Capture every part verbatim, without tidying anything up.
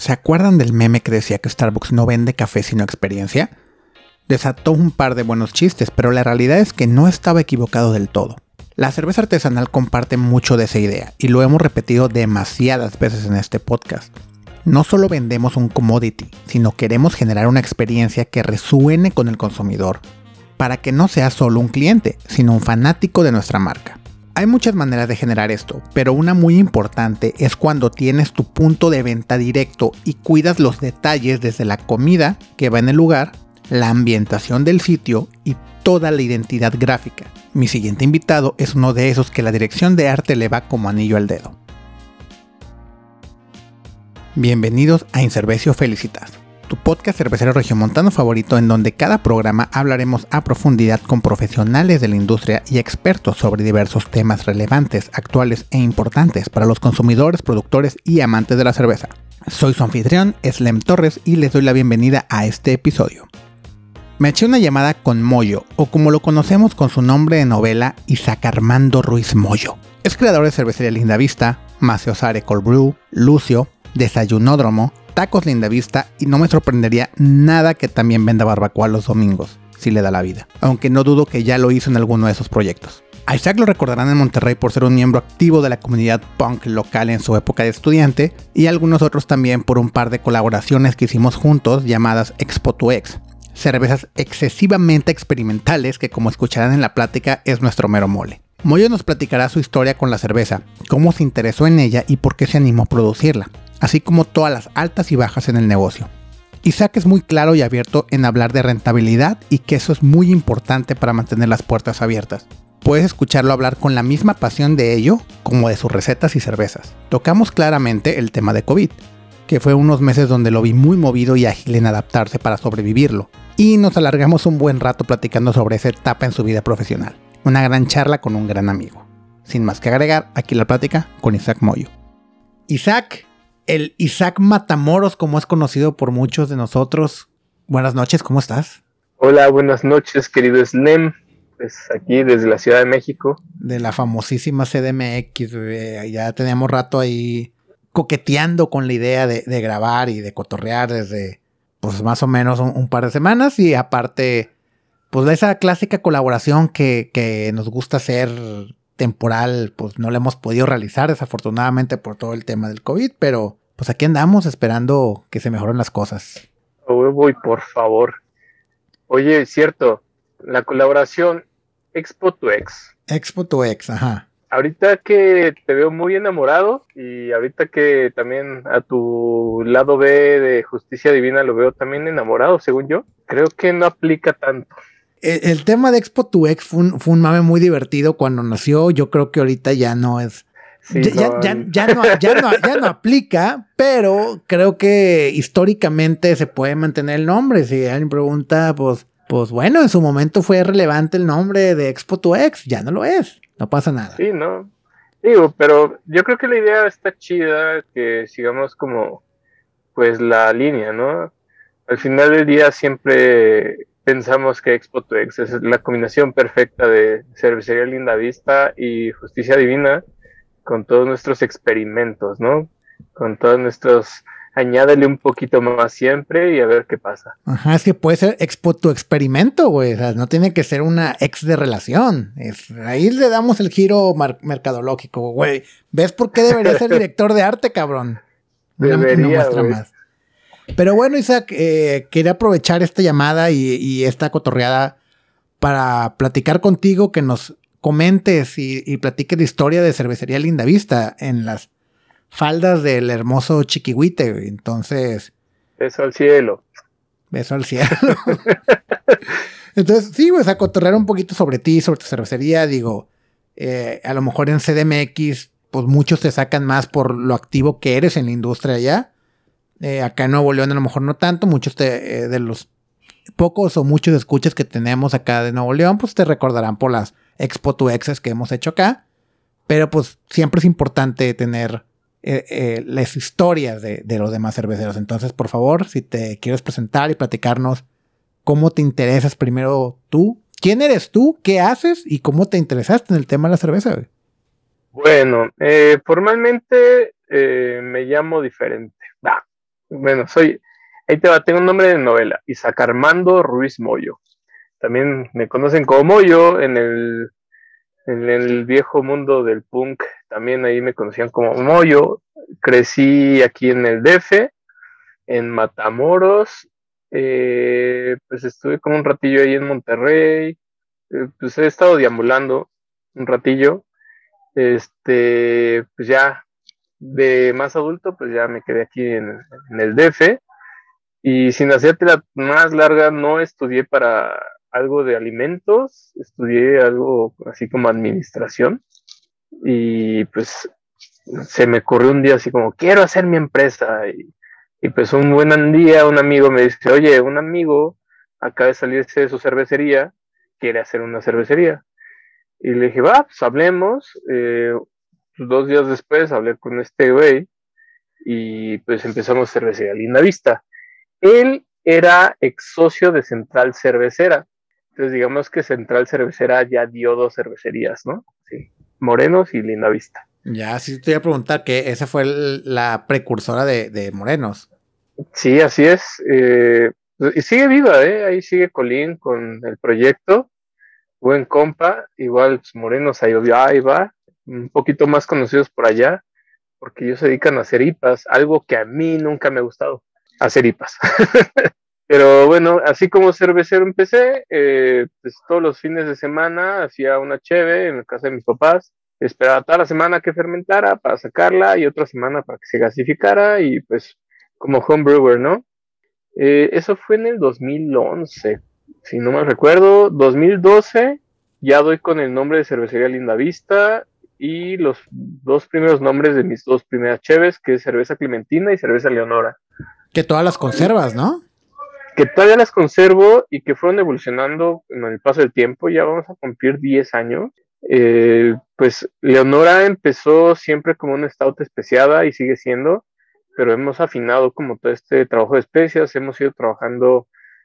¿Se acuerdan del meme que decía que Starbucks no vende café sino experiencia? Desató un par de buenos chistes, pero la realidad es que no estaba equivocado del todo. La cerveza artesanal comparte mucho de esa idea, y lo hemos repetido demasiadas veces en este podcast. No solo vendemos un commodity, sino queremos generar una experiencia que resuene con el consumidor, para que no sea solo un cliente, sino un fanático de nuestra marca. Hay muchas maneras de generar esto, pero una muy importante es cuando tienes tu punto de venta directo y cuidas los detalles desde la comida que va en el lugar, la ambientación del sitio y toda la identidad gráfica. Mi siguiente invitado es uno de esos que la dirección de arte le va como anillo al dedo. Bienvenidos a Incervecio Felicitas, tu podcast cervecero regiomontano favorito, en donde cada programa hablaremos a profundidad con profesionales de la industria y expertos sobre diversos temas relevantes, actuales e importantes para los consumidores, productores y amantes de la cerveza. Soy su anfitrión, Slem Torres, y les doy la bienvenida a este episodio. Me eché una llamada con Moyo, o como lo conocemos con su nombre de novela, Isaac Armando Ruiz Moyo. Es creador de Cervecería Lindavista, Maceosare Cold Brew, Lucio, Desayunódromo, Tacos Lindavista, y no me sorprendería nada que también venda barbacoa los domingos, si le da la vida, aunque no dudo que ya lo hizo en alguno de esos proyectos. A Isaac lo recordarán en Monterrey por ser un miembro activo de la comunidad punk local en su época de estudiante, y algunos otros también por un par de colaboraciones que hicimos juntos llamadas Expo to Ex, cervezas excesivamente experimentales que, como escucharán en la plática, es nuestro mero mole. Moyo nos platicará su historia con la cerveza, cómo se interesó en ella y por qué se animó a producirla, así como todas las altas y bajas en el negocio. Isaac es muy claro y abierto en hablar de rentabilidad y que eso es muy importante para mantener las puertas abiertas. Puedes escucharlo hablar con la misma pasión de ello como de sus recetas y cervezas. Tocamos claramente el tema de COVID, que fue unos meses donde lo vi muy movido y ágil en adaptarse para sobrevivirlo, y nos alargamos un buen rato platicando sobre esa etapa en su vida profesional. Una gran charla con un gran amigo. Sin más que agregar, aquí la plática con Isaac Moyo. Isaac, el Isaac Matamoros, como es conocido por muchos de nosotros. Buenas noches, ¿cómo estás? Hola, buenas noches, querido Slem. Pues aquí desde la Ciudad de México. De la famosísima C D M X, bebé. Ya teníamos rato ahí coqueteando con la idea de, de grabar y de cotorrear desde, pues, más o menos un, un par de semanas. Y aparte, pues, esa clásica colaboración que, que nos gusta hacer temporal, pues no la hemos podido realizar desafortunadamente por todo el tema del COVID, pero pues aquí andamos esperando que se mejoren las cosas. Uy, por favor. Oye, es cierto, la colaboración Expo to Ex. Expo to Ex, ajá. Ahorita que te veo muy enamorado y ahorita que también a tu lado B de Justicia Divina lo veo también enamorado, según yo, creo que no aplica tanto. El, el tema de Expo to Ex fue un, fue un mame muy divertido cuando nació. Yo creo que ahorita ya no es... Sí, ya, no, ya, ya, ya, no, ya, no, ya no aplica, pero creo que históricamente se puede mantener el nombre. Si alguien pregunta, pues, pues bueno, en su momento fue relevante el nombre de Expo to Ex, ya no lo es, no pasa nada. Sí, no, digo, pero yo creo que la idea está chida, que sigamos como, pues, la línea, ¿no? Al final del día siempre pensamos que Expo to Ex es la combinación perfecta de Cervecería Lindavista y Justicia Divina, con todos nuestros experimentos, ¿no? Con todos nuestros... Añádele un poquito más siempre y a ver qué pasa. Ajá, es que puede ser Expo to Experimento, güey. O sea, no tiene que ser una ex de relación. Es, ahí le damos el giro mar- mercadológico, güey. ¿Ves por qué debería ser director de arte, cabrón? Una, debería, una muestra güey. más. Pero bueno, Isaac, eh, quería aprovechar esta llamada y, y esta cotorreada para platicar contigo, que nos comentes y, y platiques la historia de Cervecería Lindavista en las faldas del hermoso Chiquihuite, güey. Entonces... Beso al cielo. Beso al cielo. Entonces, sí, pues a cotorrear un poquito sobre ti, sobre tu cervecería. Digo, eh, a lo mejor en C D M X, pues muchos te sacan más por lo activo que eres en la industria allá. Eh, acá en Nuevo León a lo mejor no tanto. Muchos te, eh, de los pocos o muchos escuchas que tenemos acá de Nuevo León, pues te recordarán por las Expo to Exes que hemos hecho acá. Pero pues siempre es importante tener... Eh, eh, las historias de, de los demás cerveceros. Entonces, por favor, si te quieres presentar y platicarnos cómo te interesas primero tú, quién eres tú, qué haces y cómo te interesaste en el tema de la cerveza, güey. Bueno, eh, formalmente eh, me llamo diferente. Ah, Bueno, soy, ahí te va, tengo un nombre de novela, Isaac Armando Ruiz Moyo. También me conocen como Moyo en el, en el viejo mundo del punk, también ahí me conocían como Moyo. Crecí aquí en el D F, en Matamoros, eh, pues estuve como un ratillo ahí en Monterrey, eh, pues he estado deambulando un ratillo, este, pues ya de más adulto, pues ya me quedé aquí en, en el D F. Y sin hacerte la más larga, no estudié para algo de alimentos, estudié algo así como administración. Y pues se me ocurrió un día así como, quiero hacer mi empresa. Y, y pues un buen día un amigo me dice, oye, un amigo acaba de salirse de su cervecería, quiere hacer una cervecería. Y le dije, va, pues hablemos. Eh, pues, dos días después hablé con este güey y pues empezamos cervecería Linda Vista. Él era ex socio de Central Cervecera. Entonces, digamos que Central Cervecera ya dio dos cervecerías, ¿no? Sí, Morenos y Linda Vista. Ya, sí te iba a preguntar que esa fue el, la precursora de, de Morenos. Sí, así es. Eh, y sigue viva, ¿eh? Ahí sigue Colín con el proyecto. Buen compa. Igual pues, Morenos ahí, ahí va. Un poquito más conocidos por allá, porque ellos se dedican a hacer I P As, algo que a mí nunca me ha gustado, hacer I P As. Pero bueno, así como cervecero empecé, eh, pues todos los fines de semana hacía una cheve en la casa de mis papás, esperaba toda la semana que fermentara para sacarla y otra semana para que se gasificara y pues como homebrewer, ¿no? Eh, eso fue en el dos mil once, si no me recuerdo, dos mil doce ya doy con el nombre de Cervecería Linda Vista y los dos primeros nombres de mis dos primeras cheves, que es Cerveza Clementina y Cerveza Leonora. Que todas las conservas, ¿no? Que todavía las conservo y que fueron evolucionando en el paso del tiempo, ya vamos a cumplir diez años. Eh, pues Leonora empezó siempre como una stout especiada y sigue siendo, pero hemos afinado como todo este trabajo de especias, hemos ido trabajando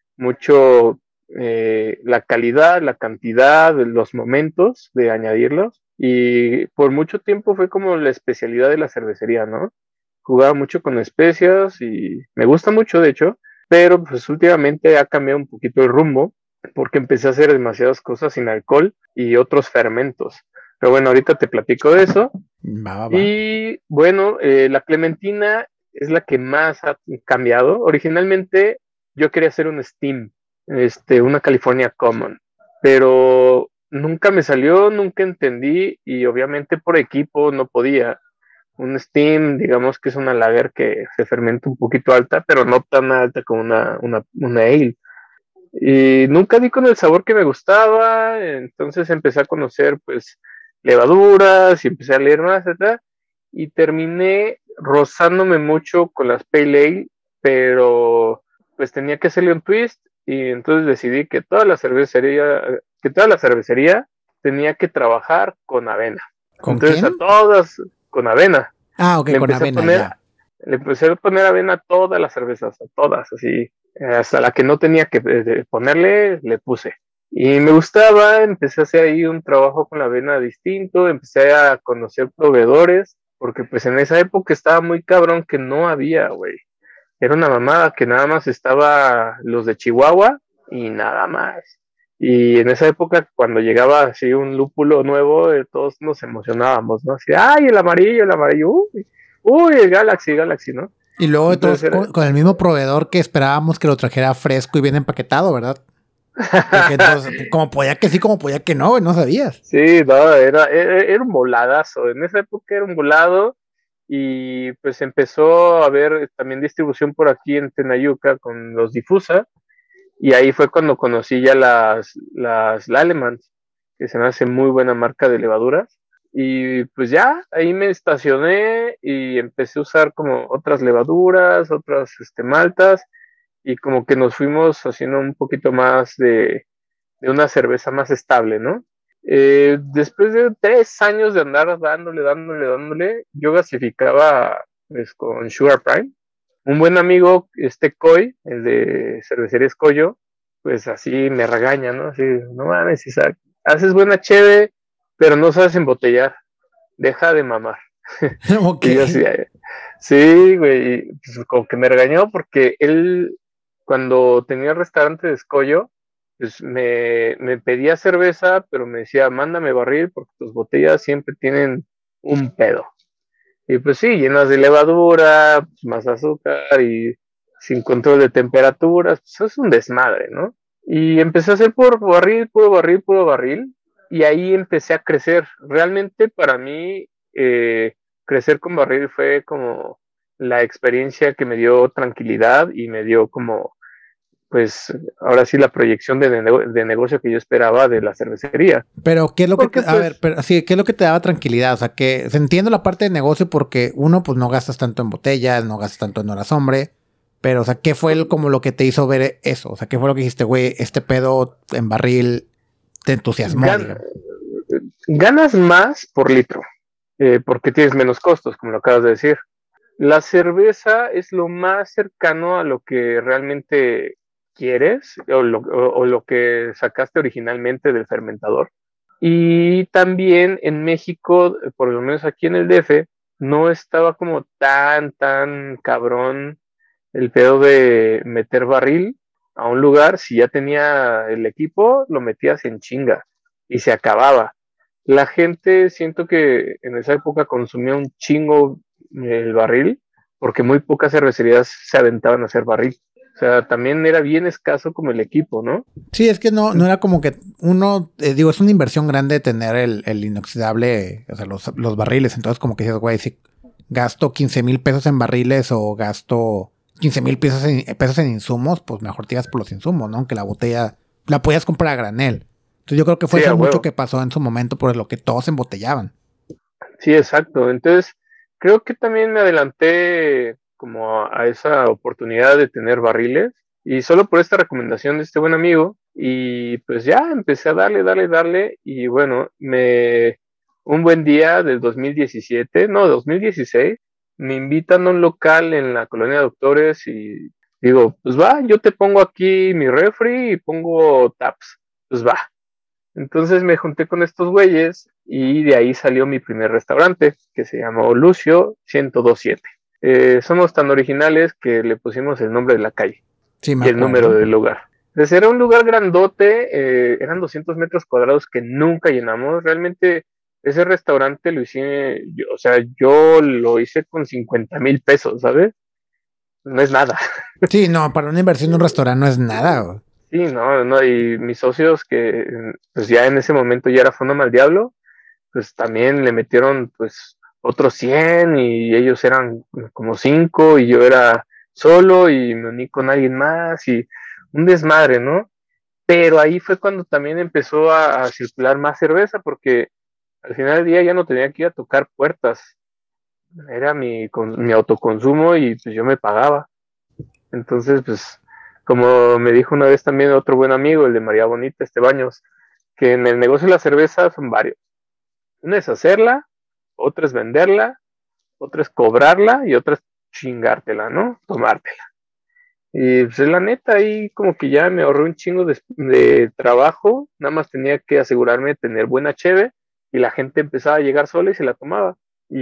mucho eh, la calidad, la cantidad, los momentos de añadirlos y por mucho tiempo fue como la especialidad de la cervecería, ¿no? Jugaba mucho con especias y me gusta mucho, de hecho, pero pues últimamente ha cambiado un poquito el rumbo porque empecé a hacer demasiadas cosas sin alcohol y otros fermentos. Pero bueno, ahorita te platico de eso. Va, va, va. Y bueno, eh, la Clementina es la que más ha cambiado. Originalmente yo quería hacer un Steam, este, una California Common, pero nunca me salió, nunca entendí y obviamente por equipo no podía. Un Steam, digamos que es una lager que se fermenta un poquito alta, pero no tan alta como una, una, una ale. Y nunca di con el sabor que me gustaba, entonces empecé a conocer pues levaduras y empecé a leer más, etcétera, y terminé rozándome mucho con las Pale Ale, pero pues tenía que hacerle un twist y entonces decidí que toda la cervecería, que toda la cervecería tenía que trabajar con avena. ¿Con Entonces quién? a todas con avena. Ah, ok, Le con empecé a avena, poner, ya. le empecé a poner avena a todas las cervezas, a todas, así, hasta la que no tenía que eh, ponerle, le puse. Y me gustaba, empecé a hacer ahí un trabajo con la avena distinto, empecé a conocer proveedores, porque pues en esa época estaba muy cabrón que no había, güey. Era una mamada que nada más estaba los de Chihuahua y nada más. Y en esa época, cuando llegaba así un lúpulo nuevo, eh, todos nos emocionábamos, ¿no? Así, ¡ay, el amarillo, el amarillo! ¡Uy! ¡Uy, el Galaxy, Galaxy!, ¿no? Y luego de todos Entonces era... con, con el mismo proveedor que esperábamos que lo trajera fresco y bien empaquetado, ¿verdad? Porque entonces, como podía que sí, como podía que no, no sabías. Sí, no, era, era, era un voladazo. En esa época era un volado y pues empezó a haber también distribución por aquí en Tenayuca con los Difusa y ahí fue cuando conocí ya las, las Lalemans, que se me hace muy buena marca de levaduras. Y pues ya, ahí me estacioné y empecé a usar como otras levaduras, otras este, maltas, y como que nos fuimos haciendo un poquito más de, de una cerveza más estable, ¿no? Eh, después de tres años de andar dándole, dándole, dándole, yo gasificaba pues, con Sugar Prime. Un buen amigo, este Coy, el de Cervecería Escollo, pues así me regaña, ¿no? Así, no mames, Isaac, haces buena cheve, pero no sabes embotellar, deja de mamar. Ok. Y yo así, Sí, güey, pues como que me regañó porque él, cuando tenía el restaurante de Escollo, pues me, me pedía cerveza, pero me decía, mándame barril porque tus botellas siempre tienen un pedo. Y pues sí, llenas de levadura, pues, más azúcar y sin control de temperaturas, pues es un desmadre, ¿no? Y empecé a hacer por barril, puro barril, puro barril, y ahí empecé a crecer. Realmente para mí, eh, crecer con barril fue como la experiencia que me dio tranquilidad y me dio como, pues, ahora sí la proyección de, de, de negocio que yo esperaba de la cervecería. Pero, ¿qué es lo que Porque te, a ver, pues, pero sí, ¿qué es lo que te daba tranquilidad? O sea, que se entiende la parte de negocio porque uno, pues no gastas tanto en botellas, no gastas tanto en horas hombre, pero, o sea, ¿qué fue el, como lo que te hizo ver eso? O sea, ¿qué fue lo que dijiste, güey, este pedo en barril te entusiasmó, gan digamos? ganas más por litro, eh, porque tienes menos costos, como lo acabas de decir. La cerveza es lo más cercano a lo que realmente quieres o lo, o, o lo que sacaste originalmente del fermentador. Y también en México, por lo menos aquí en el D F, no estaba como tan, tan cabrón el pedo de meter barril a un lugar. Si ya tenía el equipo, lo metías en chinga y se acababa. La gente, siento que en esa época consumía un chingo el barril, porque muy pocas cervecerías se aventaban a hacer barril. O sea, también era bien escaso como el equipo, ¿no? Sí, es que no, no era como que uno, eh, digo, es una inversión grande tener el, el inoxidable, o sea, los, los barriles. Entonces, como que dices, güey, si gasto quince mil pesos en barriles o gasto quince mil pesos en, pesos en insumos, pues mejor tiras por los insumos, ¿no? Aunque la botella la podías comprar a granel. Entonces, yo creo que fue Sí, eso a mucho huevo. que pasó en su momento por lo que todos embotellaban. Sí, exacto. Entonces, creo que también me adelanté como a, a esa oportunidad de tener barriles y solo por esta recomendación de este buen amigo y pues ya empecé a darle, darle, darle y bueno, me un buen día del dos mil diecisiete, no, dos mil dieciséis, me invitan a un local en la colonia Doctores y digo, pues va, yo te pongo aquí mi refri y pongo taps, pues va. Entonces me junté con estos güeyes y de ahí salió mi primer restaurante que se llamó Lucio ciento veintisiete. Eh, somos tan originales que le pusimos el nombre de la calle Sí, me y el número acuerdo. del lugar. Entonces era un lugar grandote, eh, eran doscientos metros cuadrados que nunca llenamos. Realmente ese restaurante lo hice, yo, o sea, yo lo hice con cincuenta mil pesos, ¿sabes? No es nada. Sí, no, para una inversión en un restaurante no es nada, güey. Sí, no, no, y mis socios que pues ya en ese momento ya era Fondo Mal Diablo, pues también le metieron pues otros cien y ellos eran como cinco y yo era solo y me uní con alguien más y un desmadre, ¿no? Pero ahí fue cuando también empezó a, a circular más cerveza porque al final del día ya no tenía que ir a tocar puertas, era mi, con, mi autoconsumo y pues yo me pagaba. Entonces, pues como me dijo una vez también otro buen amigo, el de María Bonita, este Baños, que en el negocio de la cerveza son varios. Una es hacerla, otra es venderla, otra es cobrarla y otra es chingártela, ¿no? Tomártela. Y pues la neta ahí como que ya me ahorré un chingo de, de trabajo, nada más tenía que asegurarme de tener buena cheve y la gente empezaba a llegar sola y se la tomaba.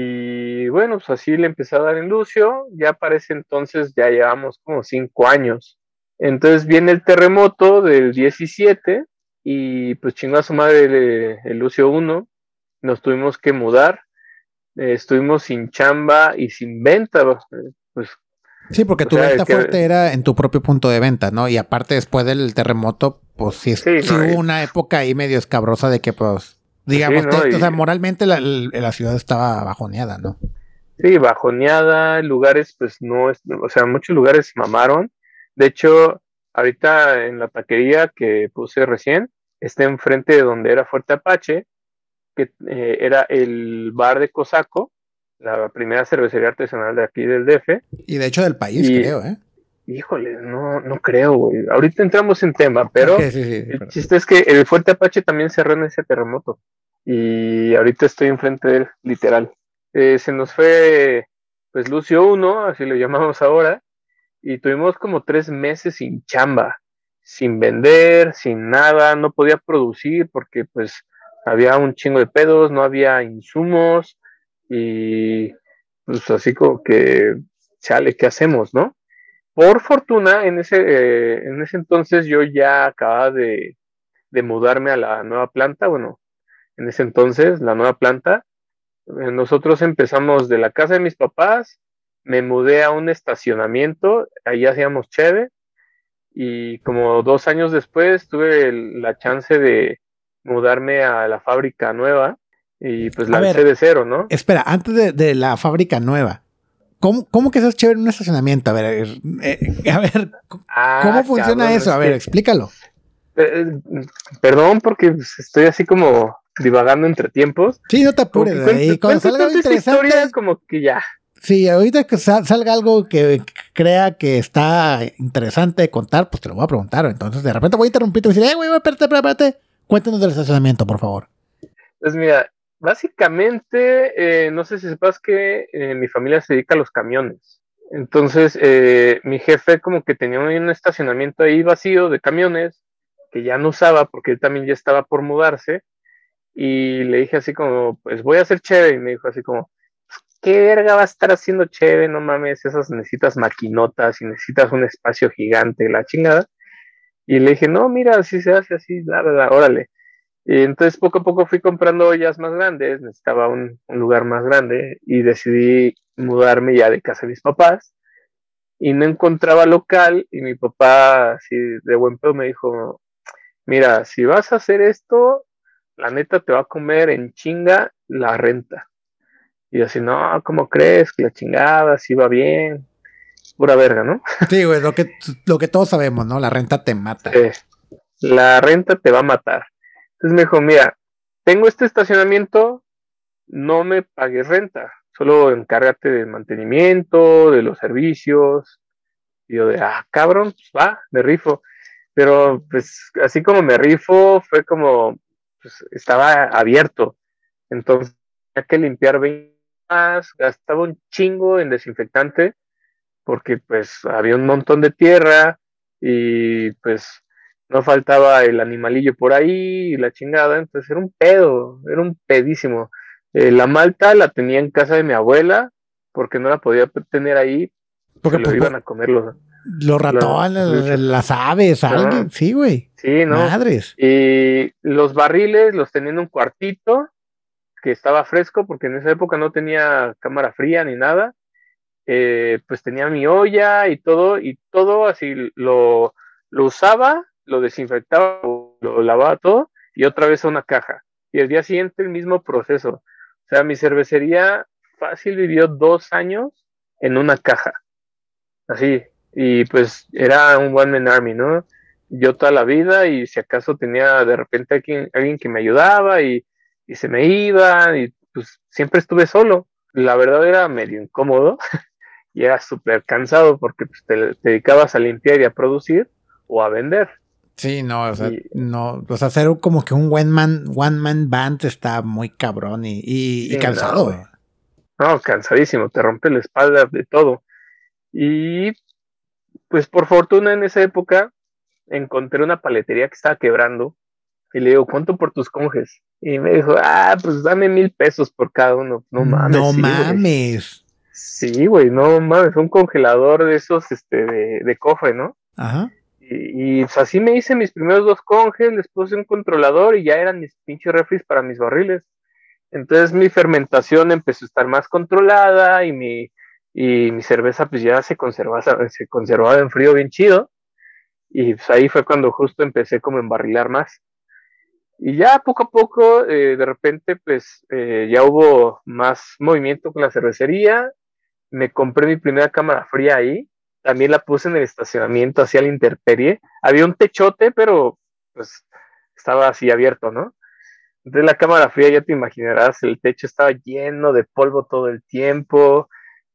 Y bueno, pues así le empecé a dar en Lucio, ya para ese entonces ya llevamos como cinco años. Entonces viene el terremoto del diecisiete y pues chingó a su madre el, el Lucio uno, nos tuvimos que mudar, eh, estuvimos sin chamba y sin venta, eh, pues, Sí, porque o tu sea, venta que, fuerte era en tu propio punto de venta, ¿no? Y aparte después del terremoto, pues sí, es- sí, sí no, hubo y, una época ahí medio escabrosa de que, pues, pues sí, digamos, no, te- o sea, y moralmente la, la ciudad estaba bajoneada, ¿no? sí, bajoneada, lugares, pues no, es, o sea, muchos lugares mamaron. De hecho, ahorita en la taquería que puse recién, está enfrente de donde era Fuerte Apache, que eh, era el bar de Cosaco, la primera cervecería artesanal de aquí del D F, Y de hecho del país, y creo, ¿eh? híjole, no, no creo, güey. Ahorita entramos en tema, Ok, pero sí, sí, el pero... chiste es que el Fuerte Apache también cerró en ese terremoto. Y ahorita estoy enfrente de él, literal. Eh, se nos fue, pues, Lucio uno, así lo llamamos ahora, y tuvimos como tres meses sin chamba, sin vender, sin nada, no podía producir porque, pues, había un chingo de pedos, no había insumos, y pues así como que, chale, ¿qué hacemos, no? Por fortuna, en ese, eh, en ese entonces yo ya acababa de, de mudarme a la nueva planta, bueno, en ese entonces, la nueva planta, eh, nosotros empezamos de la casa de mis papás, me mudé a un estacionamiento, ahí hacíamos cheve, y como dos años después tuve el- la chance de mudarme a la fábrica nueva, y pues A lancé ver, de cero, ¿no? espera, antes de, de la fábrica nueva, ¿cómo, cómo que eso es chévere en un estacionamiento? A ver, eh, eh, a ver, ¿cómo Ah, funciona cabrón, eso? es A ver, que, explícalo. eh, perdón porque pues, estoy así como divagando entre tiempos. Sí, no te Como apures que de ahí. cuento, Cuando cuento salga algo tanta esta interesante, historia como que ya. sí, ahorita que sal- salga algo que crea que está interesante de contar, pues te lo voy a preguntar. Entonces, de repente voy a interrumpirte y decir, eh, güey, güey, espérate, espérate, espérate. Cuéntanos del estacionamiento, por favor. Pues mira, básicamente, eh, no sé si sepas que eh, mi familia se dedica a los camiones. Entonces, eh, mi jefe como que tenía un estacionamiento ahí vacío de camiones que ya no usaba porque él también ya estaba por mudarse. Y le dije así como, pues voy a hacer chévere. Y me dijo así como, ¿qué verga va a estar haciendo chévere? No mames, esas necesitas maquinotas y necesitas un espacio gigante, la chingada. Y le dije, no, mira, así se hace, así, la verdad, órale. Y entonces poco a poco fui comprando ollas más grandes, necesitaba un, un lugar más grande y decidí mudarme ya de casa de mis papás y no encontraba local y mi papá así de buen pedo me dijo, mira, si vas a hacer esto, la neta te va a comer en chinga la renta. Y yo así, no, ¿cómo crees? Que la chingada, si va bien, pura verga, ¿no? Sí, güey, lo que, lo que todos sabemos, ¿no? La renta te mata. Eh, la renta te va a matar. Entonces me dijo, mira, tengo este estacionamiento, no me pagues renta, solo encárgate del mantenimiento, de los servicios. Y yo de, ah, cabrón, pues va, me rifo. Pero pues así como me rifo, fue como, pues estaba abierto. Entonces tenía que limpiar veinte más, gastaba un chingo en desinfectante, porque pues había un montón de tierra y pues no faltaba el animalillo por ahí y la chingada, entonces era un pedo, era un pedísimo. Eh, la malta la tenía en casa de mi abuela porque no la podía tener ahí, se Porque, lo pues, iban po- a comer los, los los, ratones, los bichos. las aves, alguien, No, sí, güey. sí, no. Madres. Y los barriles los tenía en un cuartito que estaba fresco porque en esa época no tenía cámara fría ni nada. Eh, pues tenía mi olla y todo, y todo así lo, lo usaba, lo desinfectaba, lo lavaba todo, y otra vez a una caja. Y el día siguiente el mismo proceso. O sea, mi cervecería fácil vivió dos años en una caja, así, y pues era un one man army, ¿no? Yo toda la vida, y si acaso tenía de repente alguien, alguien que me ayudaba, y, y se me iba, y pues siempre estuve solo. La verdad era medio incómodo, y era súper cansado porque pues, te, te dedicabas a limpiar y a producir o a vender. Sí, no, o sea, Y no, o sea, hacer como que un one man, one man band está muy cabrón y, y, y sí, no, güey. cansado. No, cansadísimo, te rompe la espalda de todo. Y pues por fortuna en esa época encontré una paletería que estaba quebrando y le digo, ¿cuánto por tus conges? Y me dijo, ah, pues dame mil pesos por cada uno. No mames, No sí, güey. mames. Sí, güey, no mames, un congelador de esos, este, de, de cofre, ¿no? Ajá. Y, y pues así me hice mis primeros dos conges, les puse un controlador y ya eran mis pinches refris para mis barriles. Entonces mi fermentación empezó a estar más controlada y mi, y mi cerveza pues ya se conservaba, se conservaba en frío bien chido. Y pues ahí fue cuando justo empecé como a embarrilar más. Y ya poco a poco, eh, de repente, pues eh, ya hubo más movimiento con la cervecería. Me compré mi primera cámara fría ahí. También la puse en el estacionamiento, hacia la intemperie. Había un techote, pero pues estaba así abierto, ¿no? Entonces la cámara fría, ya te imaginarás, el techo estaba lleno de polvo todo el tiempo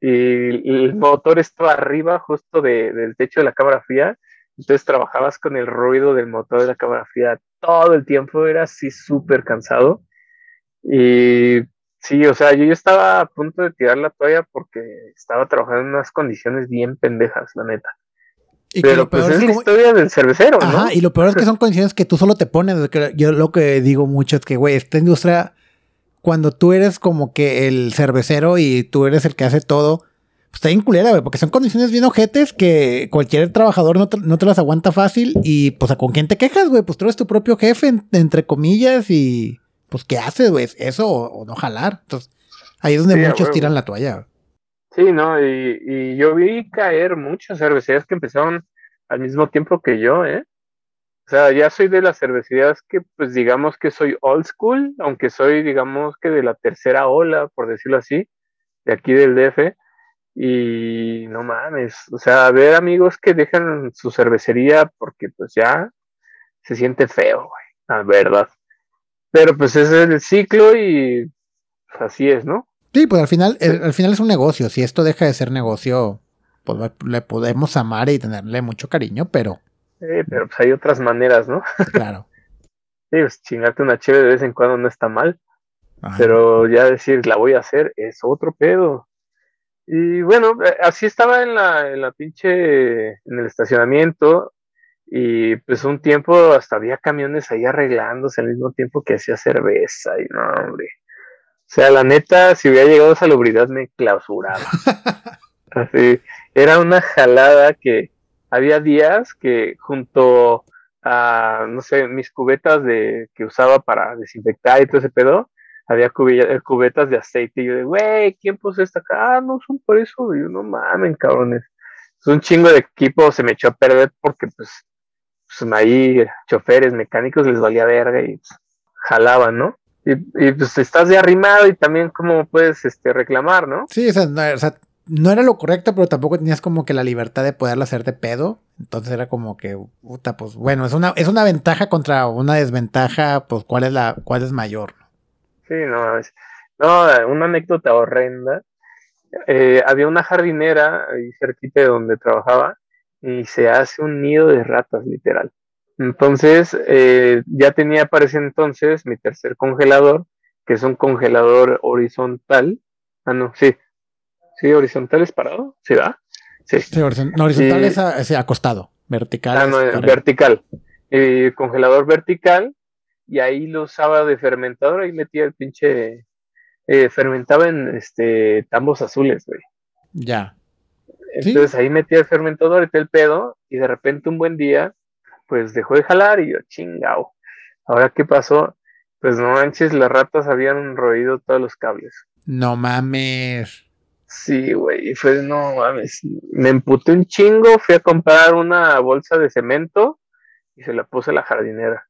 y el motor estaba arriba justo de, del techo de la cámara fría. Entonces trabajabas con el ruido del motor de la cámara fría todo el tiempo, era así súper cansado. Y sí, o sea, yo, yo estaba a punto de tirar la toalla porque estaba trabajando en unas condiciones bien pendejas, la neta. Y que lo Pero pues peor es es que la como... historia del cervecero, ¿no? Ajá, y lo peor es que son condiciones que tú solo te pones. Yo lo que digo mucho es que, güey, esta industria, cuando tú eres como que el cervecero y tú eres el que hace todo, pues está bien culera, güey, porque son condiciones bien ojetes que cualquier trabajador no te, no te las aguanta fácil y pues ¿a con quién te quejas, güey? Pues tú eres tu propio jefe, en, entre comillas, y pues ¿qué haces, güey? Eso o, o no jalar. Entonces ahí es donde Sí, muchos güey. tiran la toalla, güey. Sí, ¿no? Y, y yo vi caer muchas cervecerías que empezaron al mismo tiempo que yo, ¿eh? O sea, ya soy de las cervecerías que, pues digamos que soy old school, aunque soy, digamos que de la tercera ola, por decirlo así, de aquí del D F. Y no mames, o sea, ver amigos que dejan su cervecería porque pues ya se siente feo, güey, la verdad. Pero pues ese es el ciclo y pues, así es, ¿no? Sí, pues al final, Sí, el, al final es un negocio. Si esto deja de ser negocio, pues le podemos amar y tenerle mucho cariño, pero eh, pero pues hay otras maneras, ¿no? claro. Sí, pues chingarte una chévere de vez en cuando no está mal, Ay, no. pero ya decir la voy a hacer es otro pedo. Y bueno, eh, así estaba en la, en la pinche, en el estacionamiento. Y pues un tiempo hasta había camiones ahí arreglándose al mismo tiempo que hacía cerveza. Y no, hombre. O sea, la neta, si hubiera llegado a salubridad me clausuraba. Así, era una jalada que había días que junto a, no sé, mis cubetas de que usaba para desinfectar y todo ese pedo, había cubi- cubetas de aceite. Y yo de, güey, ¿quién puso esta acá? Ah, no son por eso. Y yo, no mamen, cabrones. Es un chingo de equipo se me echó a perder porque pues pues ahí choferes, mecánicos les valía verga y pues, jalaban, ¿no? Y, y, pues estás de arrimado y también cómo puedes este, reclamar, ¿no? Sí, o sea, no, o sea, no era lo correcto, pero tampoco tenías como que la libertad de poderlo hacer de pedo. Entonces era como que, puta, pues bueno, es una, es una ventaja contra una desventaja, pues cuál es la, cuál es mayor. Sí, no, es, no, una anécdota horrenda. Eh, había una jardinera ahí cerquita de donde trabajaba y se hace un nido de ratas, literal. Entonces, eh, ya tenía para ese entonces mi tercer congelador, que es un congelador horizontal. Ah, no, sí, sí, horizontal es parado, ¿sí va? Sí. Sí, horizon- no, horizontal Y, es, a- es acostado, vertical ah, es no, eh, arriba. vertical. Eh, congelador vertical, y ahí lo usaba de fermentador, ahí metía el pinche, eh, fermentaba en este tambos azules, güey. Ya. Sí, Entonces ahí metía el fermentador y todo el pedo, y de repente un buen día, pues dejó de jalar y yo, chingao. Ahora, ¿qué pasó? Pues no manches, las ratas habían roído todos los cables. no mames. Sí, güey, y fue, no mames, me emputé un chingo, fui a comprar una bolsa de cemento y se la puse a la jardinera.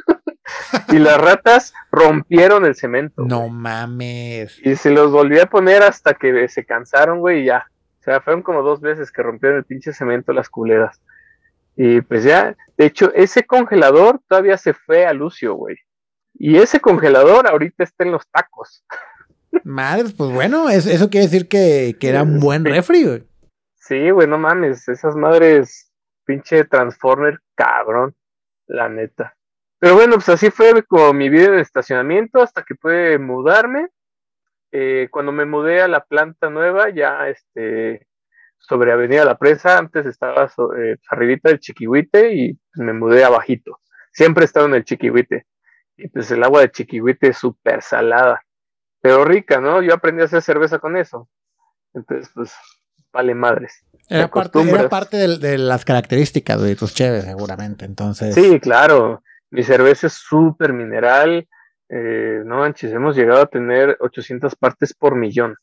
Y las ratas rompieron el cemento, No güey. mames. Y se los volví a poner hasta que se cansaron, güey, y ya. O sea, fueron como dos veces que rompieron el pinche cemento las culeras. Y pues ya, de hecho, ese congelador todavía se fue a Lucio, güey. Y ese congelador ahorita está en los tacos. Madres, pues bueno, es- eso quiere decir que, que era un buen refri, güey. Sí, güey, no mames, esas madres, pinche Transformer, cabrón, la neta. Pero bueno, pues así fue como mi vida en el estacionamiento hasta que pude mudarme. Eh, cuando me mudé a la planta nueva, ya este, sobre Avenida La Presa, antes estaba so- eh, arribita del Chiquihuite y pues, me mudé abajito. Siempre he estado en el Chiquihuite. Y pues el agua de Chiquihuite es súper salada, pero rica, ¿no? Yo aprendí a hacer cerveza con eso. Entonces, pues, vale madres. Te Era parte, era acostumbras. parte de, de las características de tus cheves, seguramente. Entonces, Sí, claro. Mi cerveza es súper mineral. Eh, no manches, hemos llegado a tener ochocientas partes por millón.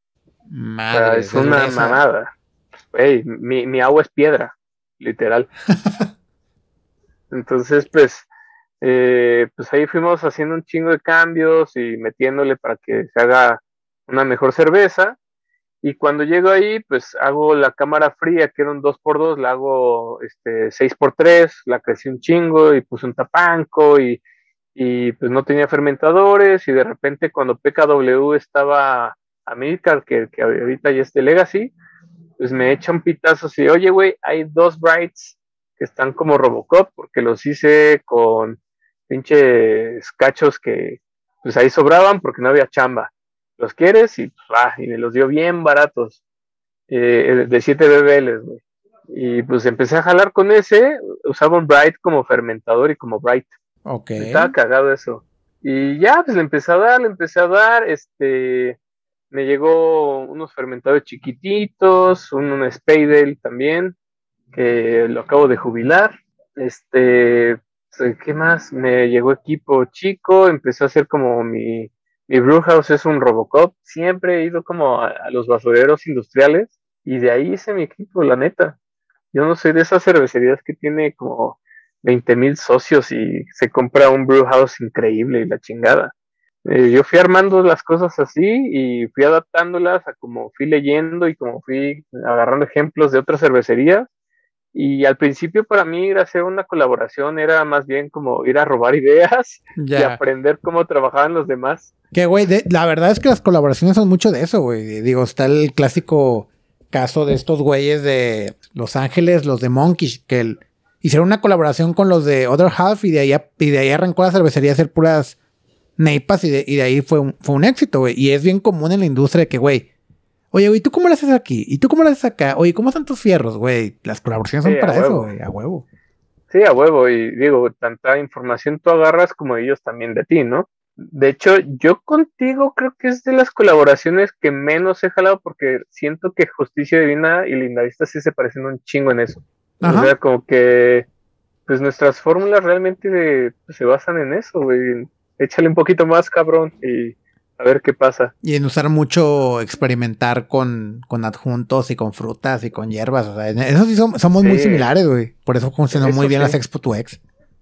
O sea, madres, es de una dureza. mamada. Ey, mi, mi agua es piedra, literal. Entonces, pues, eh, pues ahí fuimos haciendo un chingo de cambios y metiéndole para que se haga una mejor cerveza. Y cuando llego ahí, pues hago la cámara fría, que era un dos por dos, la hago este seis por tres, la crecí un chingo y puse un tapanco y, y pues no tenía fermentadores y de repente cuando P K W estaba a Milcar, que, que ahorita ya es de Legacy, pues me echa un pitazo así, oye güey, hay dos Brights que están como Robocop porque los hice con pinches cachos que pues ahí sobraban porque no había chamba. ¿Los quieres? Y, ah, y me los dio bien baratos, eh, de siete B B Ls, güey. Y pues empecé a jalar con ese, usaba un Bright como fermentador y como Bright. Ok. Estaba cagado eso. Y ya, pues le empecé a dar, le empecé a dar, este, me llegó unos fermentadores chiquititos, un, un Spade Ale también, que lo acabo de jubilar. Este, ¿qué más? Me llegó equipo chico, empecé a hacer como mi, mi brewhouse es un Robocop. Siempre he ido como a, a los basureros industriales y de ahí hice mi equipo, la neta. Yo no soy de esas cervecerías que tiene como veinte mil socios y se compra un brewhouse increíble y la chingada. Eh, yo fui armando las cosas así y fui adaptándolas a como fui leyendo y como fui agarrando ejemplos de otras cervecerías. Y al principio para mí ir a hacer una colaboración era más bien como ir a robar ideas y Ya. aprender cómo trabajaban los demás. Que, güey, de- la verdad es que las colaboraciones son mucho de eso, güey. Digo, está el clásico caso de estos güeyes de Los Ángeles, los de Monkish, que el- hicieron una colaboración con los de Other Half y de ahí, a- y de ahí arrancó la cervecería a hacer puras neipas y de, y de ahí fue un, fue un éxito, güey. Y es bien común en la industria que, güey, oye, güey, ¿tú cómo lo haces aquí? ¿Y tú cómo lo haces acá? Oye, ¿cómo están tus fierros, güey? Las colaboraciones son Sí, a para eso, huevo. güey, a huevo. Sí, a huevo. Y digo, tanta información tú agarras como ellos también de ti, ¿no? De hecho, yo contigo creo que es de las colaboraciones que menos he jalado porque siento que Justicia Divina y Lindavista sí se parecen un chingo en eso. O Ajá. sea, como que pues nuestras fórmulas realmente pues, se basan en eso, güey. Échale un poquito más, cabrón, y a ver qué pasa. Y en usar mucho experimentar con, con adjuntos y con frutas y con hierbas. O sea, en eso sí som- somos muy Sí, similares, güey. Por eso funcionó muy eso bien sí. las Expo to Ex.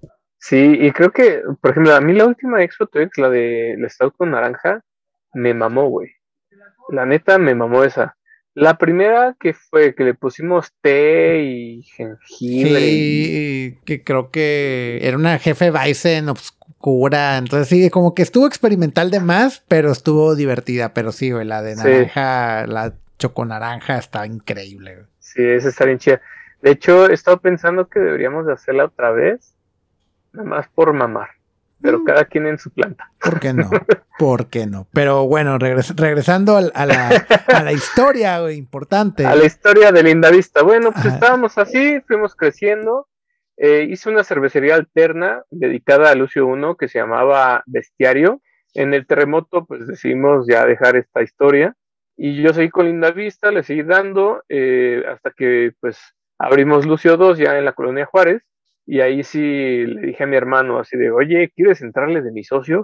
Sí, y creo que, por ejemplo, a mí la última Expo Twix, la de la Stout con naranja, me mamó, güey. La neta me mamó esa. La primera que fue que le pusimos té y jengibre y Sí, que creo que era una jefe Bison oscura. Entonces sí, como que estuvo experimental de más, pero estuvo divertida. Pero sí, güey, la de sí, naranja, la choconaranja está increíble, güey. sí, esa está bien chida. De hecho, he estado pensando que deberíamos de hacerla otra vez, nada más por mamar, pero Mm, cada quien en su planta. ¿por qué no? ¿Por qué no? Pero bueno, regres- regresando al- a, la, a la historia, güey, A la importante. historia de Linda Vista. Bueno, pues Ajá. estábamos así, fuimos creciendo. Eh, hice una cervecería alterna dedicada a Lucio uno que se llamaba Bestiario. En el terremoto, pues decidimos ya dejar esta historia. Y yo seguí con Linda Vista, le seguí dando eh, hasta que pues abrimos Lucio dos ya en la colonia Juárez. Y ahí sí le dije a mi hermano así de, oye, ¿quieres entrarle de mi socio?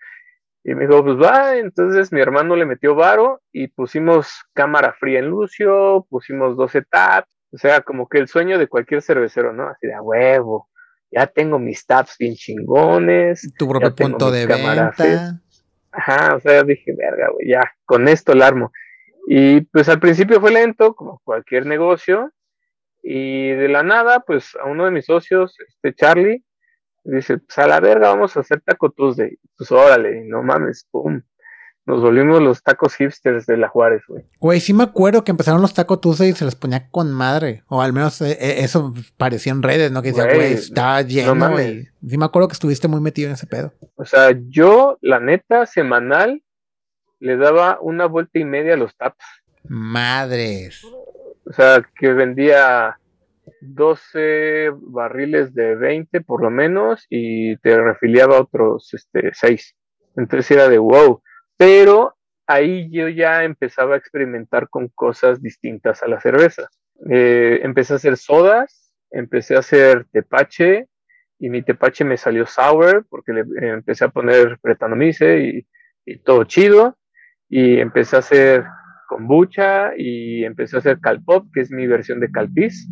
Y me dijo, pues va, entonces mi hermano le metió varo y pusimos cámara fría en Lucio, pusimos doce taps, o sea, como que el sueño de cualquier cervecero, ¿no? Así de a huevo, ya tengo mis taps bien chingones, Tu ya propio tengo punto mi de cámara fría. venta. Ajá, o sea, dije, verga, güey, ya, con esto la armo. Y pues al principio fue lento, como cualquier negocio, y de la nada, pues a uno de mis socios, este Charlie, dice, pues a la verga, vamos a hacer Taco Tuesday. Pues órale, no mames, pum. Nos volvimos los tacos hipsters de la Juárez, güey. Güey, sí me acuerdo que empezaron los Taco Tuesday y se les ponía con madre. O al menos eh, eh, eso parecía en redes, ¿no? Que decía, güey, Güey, está no lleno mames. y sí me acuerdo que estuviste muy metido en ese pedo. O sea, yo, la neta, semanal, le daba una vuelta y media a los taps. Madres. O sea, que vendía doce barriles de veinte por lo menos y te refiliaba otros este, seis. Entonces era de wow. Pero ahí yo ya empezaba a experimentar con cosas distintas a la cerveza. Eh, empecé a hacer sodas, empecé a hacer tepache y mi tepache me salió sour porque le eh, empecé a poner Brettanomyces y, y todo chido. Y empecé a hacer kombucha y empecé a hacer calpop, que es mi versión de calpis,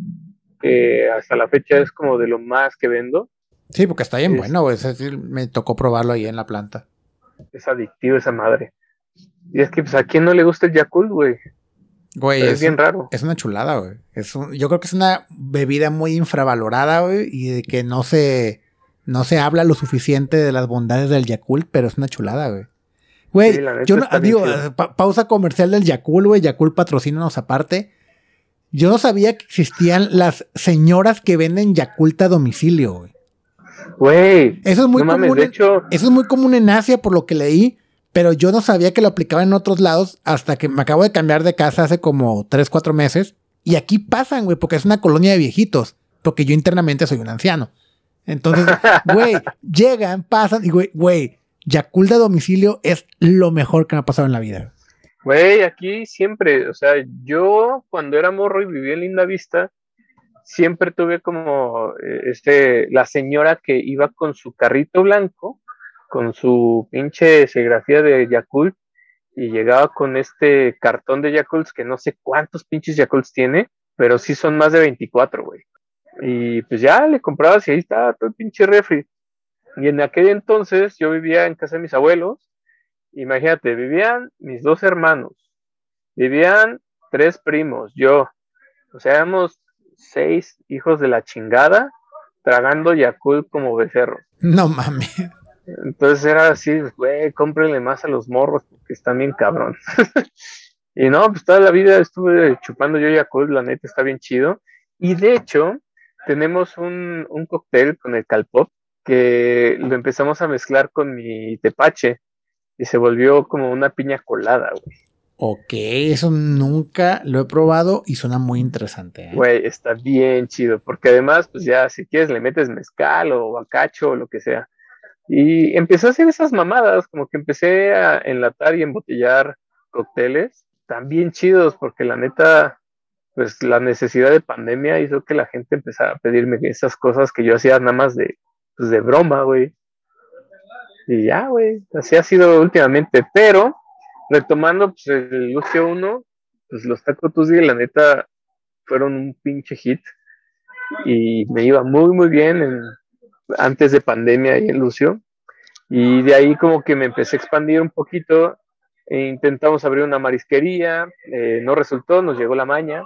que hasta la fecha es como de lo más que vendo. Sí, porque está bien Es, bueno, güey. Ese sí me tocó probarlo ahí en la planta. es adictivo esa madre. Y es que, pues, ¿a quién no le gusta el Yakult, güey? Güey, Es es, bien un- raro. es una chulada, güey. Es un- yo creo que es una bebida muy infravalorada, güey, y de que no se, no se habla lo suficiente de las bondades del Yakult, pero es una chulada, güey. Sí, Güey, la neta yo no, está bien digo, chido. pa- pausa comercial del Yakult, güey. Yakult patrocínanos aparte. Yo no sabía que existían las señoras que venden Yakult a domicilio, güey. Güey, Eso es muy no mames, común de en, hecho, eso es muy común en Asia, por lo que leí, pero yo no sabía que lo aplicaban en otros lados hasta que me acabo de cambiar de casa hace como tres, cuatro meses. Y aquí pasan, güey, porque es una colonia de viejitos, porque yo internamente soy un anciano. Entonces, güey, llegan, pasan y güey, güey, Yakult a domicilio es lo mejor que me ha pasado en la vida. Güey, aquí siempre, o sea, yo cuando era morro y vivía en Linda Vista, siempre tuve como eh, este, la señora que iba con su carrito blanco, con su pinche serigrafía de Yakult, y llegaba con este cartón de Yakults, que no sé cuántos pinches Yakults tiene, pero sí son más de veinticuatro, güey. Y pues ya le comprabas y ahí estaba todo el pinche refri. Y en aquel entonces yo vivía en casa de mis abuelos. Imagínate, vivían mis dos hermanos, vivían tres primos, yo. O sea, éramos seis hijos de la chingada tragando Yakult como becerros. No mames. Entonces era así, güey, cómprenle más a los morros porque están bien cabrón. Y no, pues toda la vida estuve chupando yo Yakult, la neta está bien chido. Y de hecho, tenemos un, un cóctel con el Calpop que lo empezamos a mezclar con mi tepache y se volvió como una piña colada, güey. Ok, eso nunca lo he probado y suena muy interesante, ¿eh? Güey, está bien chido, porque además, pues ya, si quieres, le metes mezcal o bacacho o lo que sea. Y empecé a hacer esas mamadas, como que empecé a enlatar y embotellar cócteles, tan bien chidos, porque la neta, pues la necesidad de pandemia hizo que la gente empezara a pedirme esas cosas que yo hacía nada más de, pues de broma, güey. Y ya, güey, así ha sido últimamente, pero retomando, pues el Lucio uno, pues los Taco Tuesday, la neta, fueron un pinche hit y me iba muy, muy bien en, antes de pandemia ahí en Lucio. Y de ahí como que me empecé a expandir un poquito e intentamos abrir una marisquería, eh, no resultó, nos llegó la maña.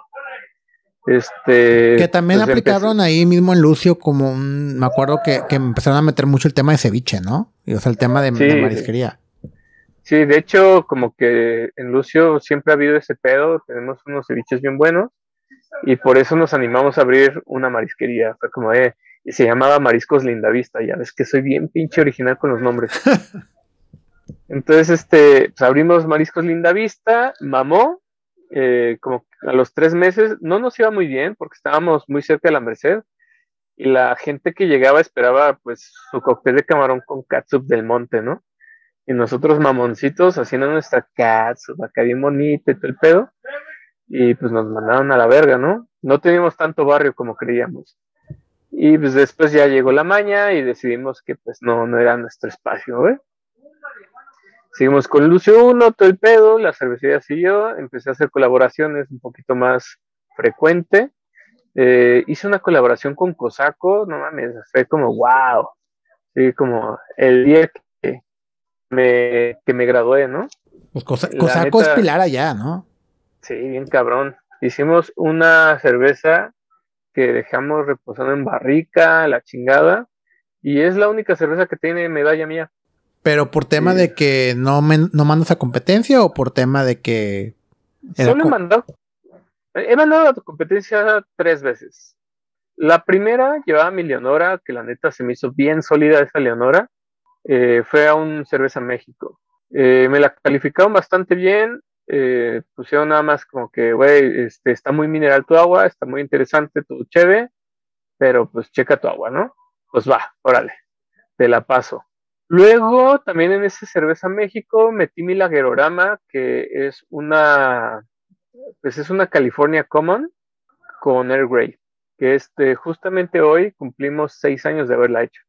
Este, que también pues aplicaron empecé, ahí mismo en Lucio como un... Me acuerdo que, que empezaron a meter mucho el tema de ceviche, ¿no? Y, o sea, el tema de, de sí, marisquería. sí, de hecho como que en Lucio siempre ha habido ese pedo, tenemos unos ceviches bien buenos y por eso nos animamos a abrir una marisquería, fue como, eh, y se llamaba Mariscos Lindavista, ya ves que soy bien pinche original con los nombres. Entonces, este, pues abrimos Mariscos Lindavista, mamó, eh, como a los tres meses, no nos iba muy bien porque estábamos muy cerca de la Merced y la gente que llegaba esperaba pues su cóctel de camarón con catsup del monte, ¿no? Y nosotros mamoncitos haciendo nuestra catsup acá bien bonita y todo el pedo y pues nos mandaron a la verga, ¿no? No teníamos tanto barrio como creíamos. Y pues después ya llegó la maña y decidimos que pues no, no era nuestro espacio, ¿eh? Seguimos con Lucio uno, todo el pedo, la cervecería siguió, empecé a hacer colaboraciones un poquito más frecuente. Eh, hice una colaboración con Cosaco, no mames, fue como wow, sí, como el día que me, que me gradué, ¿no? Pues cosa, La Cosaco es neta, Pilar allá, ¿no? sí, bien cabrón. Hicimos una cerveza que dejamos reposando en barrica, la chingada, y es la única cerveza que tiene medalla mía. Pero por tema Y de que no, me, no mandas a competencia o por tema de que era... solo he Co mandado, he mandado a tu competencia tres veces. La primera llevaba mi Leonora, que la neta se me hizo bien sólida esa Leonora. Eh, fue a un Cerveza México. Eh, me la calificaron bastante bien. Eh, pusieron nada más como que, güey, este, está muy mineral tu agua, está muy interesante tu cheve, pero pues checa tu agua, ¿no? Pues va, órale, te la paso. Luego, también en ese Cerveza México, metí mi Lagerorama, que es una, pues es una California Common con Earl Grey, que este, justamente hoy cumplimos seis años de haberla hecho.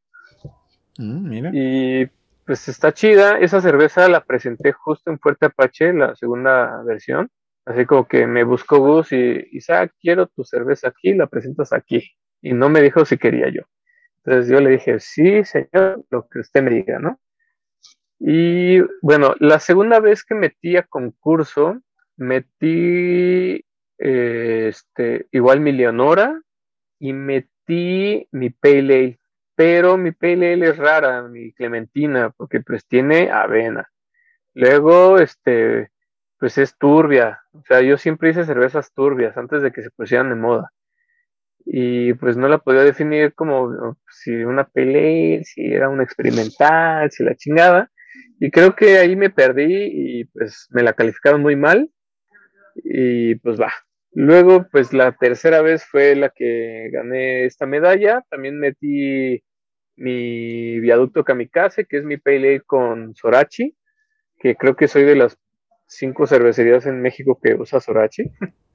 Mm, mira. Y pues está chida, esa cerveza la presenté justo en Fuerte Apache, la segunda versión, así como que me buscó Gus y Isaac, quiero tu cerveza aquí, la presentas aquí, y no me dijo si quería yo. Entonces yo le dije, sí, señor, lo que usted me diga, ¿no? Y bueno, la segunda vez que metí a concurso, metí eh, este, igual mi Leonora y metí mi Pale Ale, pero mi Pale Ale es rara, mi Clementina, porque pues tiene avena. Luego, este, pues es turbia, o sea, yo siempre hice cervezas turbias antes de que se pusieran de moda. Y pues no la podía definir como si una Pale Ale, si era una experimental, si la chingada. Y creo que ahí me perdí y pues me la calificaron muy mal y pues va. Luego, pues la tercera vez fue la que gané esta medalla. También metí mi Viaducto Kamikaze, que es mi pale ale con Sorachi, que creo que soy de las cinco cervecerías en México que usa Sorachi.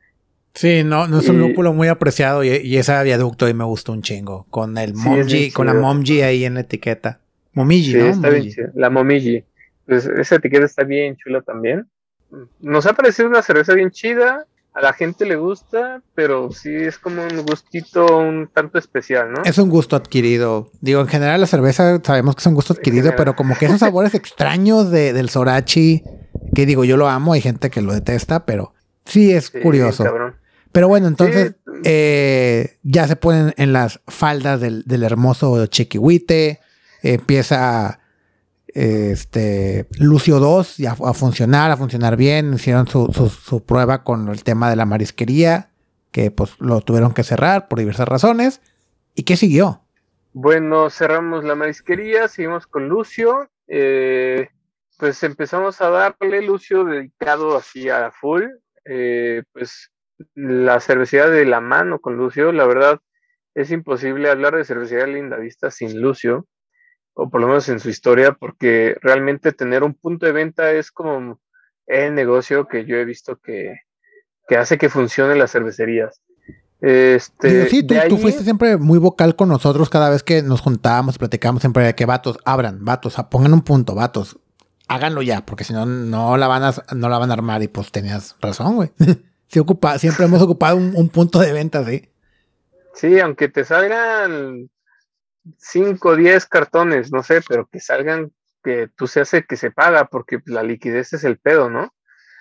Sí, no, no es un Y lúpulo muy apreciado y, y ese viaducto ahí me gustó un chingo. Con el sí, es bien Momji, con la chido. Momji ahí en la etiqueta. Momiji, Sí, ¿no? está bien Momiji. chido. La Momiji. Pues esa etiqueta está bien chula también. Nos ha parecido una cerveza bien chida. A la gente le gusta, pero sí es como un gustito un tanto especial, ¿no? Es un gusto adquirido. Digo, en general la cerveza sabemos que es un gusto En adquirido, general. pero como que esos sabores extraños de, del Sorachi, que digo, yo lo amo, hay gente que lo detesta, pero sí es Sí, bien curioso. cabrón. Pero bueno, Sí, entonces eh, ya se ponen en las faldas del, del hermoso Chiquihuite, eh, empieza eh, este Lucio dos ya a funcionar, a funcionar bien, hicieron su, su, su prueba con el tema de la marisquería, que pues lo tuvieron que cerrar por diversas razones. ¿Y qué siguió? bueno, cerramos la marisquería, seguimos con Lucio. Eh, pues empezamos a darle Lucio dedicado así a full. Eh, pues la cervecería de la mano con Lucio, la verdad es imposible hablar de cervecería Lindavista sin Lucio, o por lo menos en su historia, porque realmente tener un punto de venta es como el negocio que yo he visto que, que hace que funcionen las cervecerías. Digo, Este, sí, de tú, tú ahí, fuiste siempre muy vocal con nosotros cada vez que nos juntábamos, platicábamos siempre de que vatos, abran, vatos, pongan un punto, vatos, háganlo ya, porque si no, no la van a, no la van a armar y pues tenías razón, güey. Sí, ocupa, siempre hemos ocupado un, un punto de venta, sí. sí, aunque te salgan cinco o diez cartones, no sé, pero que salgan, que tú se hace que se paga, porque la liquidez es el pedo, ¿no?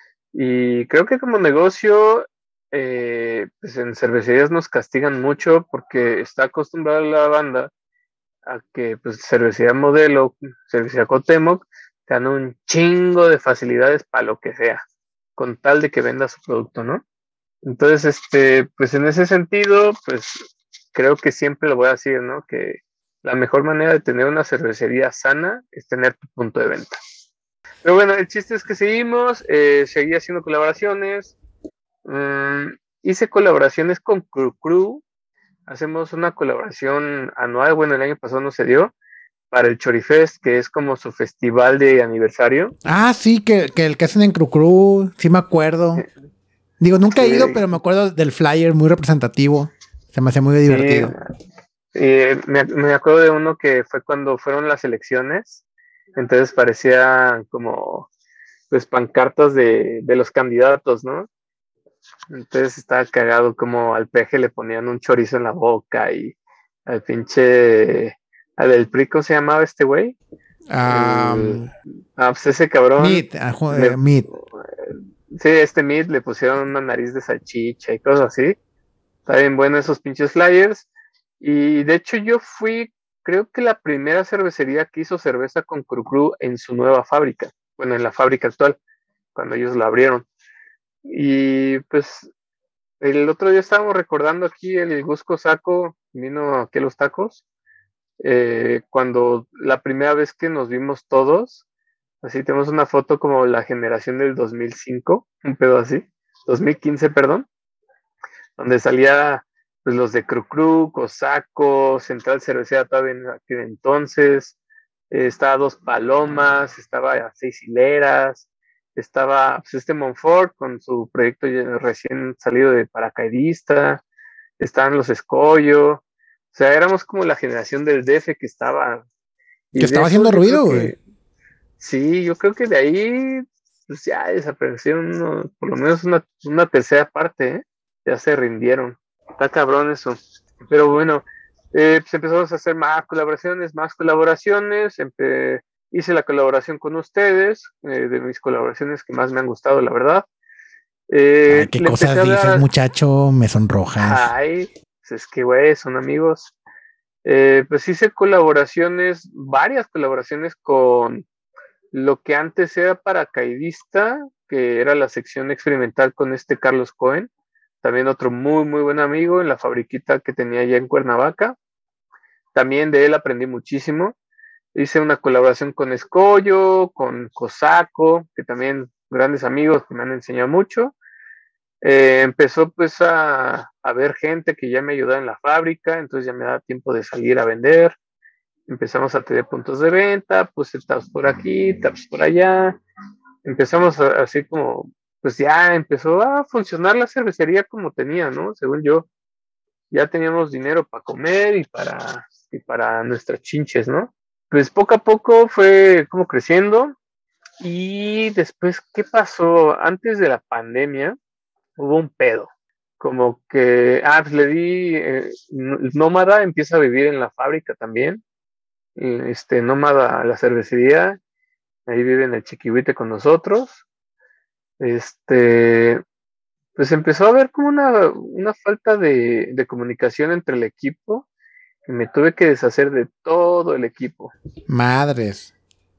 Y creo que como negocio, eh, pues en cervecerías nos castigan mucho porque está acostumbrada la banda a que pues cervecería Modelo, cervecería Cuauhtémoc, te dan un chingo de facilidades para lo que sea, con tal de que venda su producto, ¿no? Entonces, este, pues en ese sentido, pues creo que siempre lo voy a decir, ¿no? Que la mejor manera de tener una cervecería sana es tener tu punto de venta. Pero bueno, el chiste es que seguimos, eh, seguí haciendo colaboraciones, um, hice colaboraciones con Cru Cru, hacemos una colaboración anual, bueno, el año pasado no se dio, para el Chorifest, que es como su festival de aniversario. Ah, sí, que, que el que hacen en Cru Cru, sí me acuerdo. Digo, nunca he ido, Sí, pero me acuerdo del flyer muy representativo. Se me hacía muy sí, divertido. eh, me, me acuerdo de uno que fue cuando fueron las elecciones, entonces parecía como pues pancartas de, de los candidatos, ¿no? Entonces estaba cagado como al peje le ponían un chorizo en la boca y al pinche, al del P R I, ¿cómo se llamaba este güey? El, Um, ah, pues ese cabrón, Meat, ah, ju- le, eh, Meat. sí, este Mid le pusieron una nariz de salchicha y cosas así. Está bien bueno esos pinches flyers. Y de hecho yo fui, creo que la primera cervecería que hizo cerveza con Cru Cru en su nueva fábrica. Bueno, en la fábrica actual, cuando ellos la abrieron. Y pues el otro día estábamos recordando aquí el Gusco Saco, vino aquí a los tacos, eh, cuando la primera vez que nos vimos todos, así tenemos una foto como la generación del dos mil cinco, un pedo así, dos mil quince, perdón, donde salía pues los de Cru Cru, Cosaco, Central Cervecera todavía en aquel entonces, eh, estaba Dos Palomas, estaba Seis Hileras, estaba pues, este Monfort con su proyecto recién salido de paracaidista, estaban los Escollo, o sea, éramos como la generación del D F que estaba, Que y de estaba esos haciendo yo creo ruido, güey. que, sí, yo creo que de ahí, pues ya desaparecieron uno- por lo menos una, una tercera parte, ¿eh? Ya se rindieron. Está cabrón eso. Pero bueno, eh, pues empezamos a hacer más colaboraciones, más colaboraciones. Empe- hice la colaboración con ustedes, eh, de mis colaboraciones que más me han gustado, la verdad. Ay, Eh, qué le empecé cosas a dices, dar, muchacho, me sonrojas. ay, pues es que, güey, son amigos. Eh, pues hice colaboraciones, varias colaboraciones con lo que antes era paracaidista, que era la sección experimental con este Carlos Cohen, también otro muy, muy buen amigo en la fabriquita que tenía allá en Cuernavaca. También de él aprendí muchísimo. Hice una colaboración con Escollo, con Cosaco, que también grandes amigos que me han enseñado mucho. Eh, empezó pues a, a ver gente que ya me ayudaba en la fábrica, entonces ya me daba tiempo de salir a vender. empezamos a tener puntos de venta, puse taps por aquí, taps por allá, empezamos a, así como, pues ya empezó a funcionar la cervecería como tenía, ¿no? Según yo, ya teníamos dinero para comer y para, y para nuestras chinches, ¿no? Pues poco a poco fue como creciendo y después, ¿qué pasó? Antes de la pandemia hubo un pedo, como que, ah, pues le di, eh, Nómada empieza a vivir en la fábrica también, este, Nómada, la cervecería, ahí vive en el Chiquihuite con nosotros, este, pues empezó a haber como una, una falta de, de comunicación entre el equipo, y me tuve que deshacer de todo el equipo. Madres.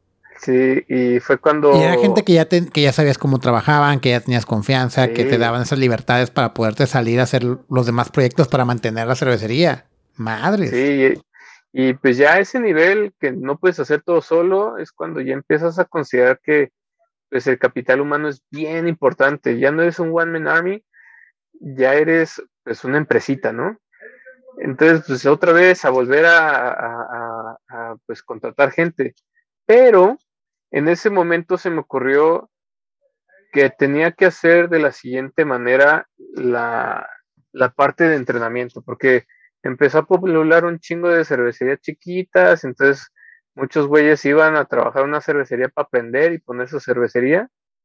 Sí, y fue Y era gente cuando... que ya, te, que ya sabías cómo trabajaban, que ya tenías confianza, Sí, que te daban esas libertades para poderte salir a hacer los demás proyectos para mantener la cervecería. Madres. sí, y, y pues ya a ese nivel que no puedes hacer todo solo, es cuando ya empiezas a considerar que pues el capital humano es bien importante. Ya no eres un one man army, ya eres pues una empresita, ¿no? Entonces, pues otra vez a volver a, a, a, a, pues contratar gente. Pero en ese momento se me ocurrió que tenía que hacer de la siguiente manera la, la parte de entrenamiento, porque empezó a popular un chingo de cervecerías chiquitas, entonces muchos güeyes iban a trabajar en una cervecería para aprender y poner su cervecería,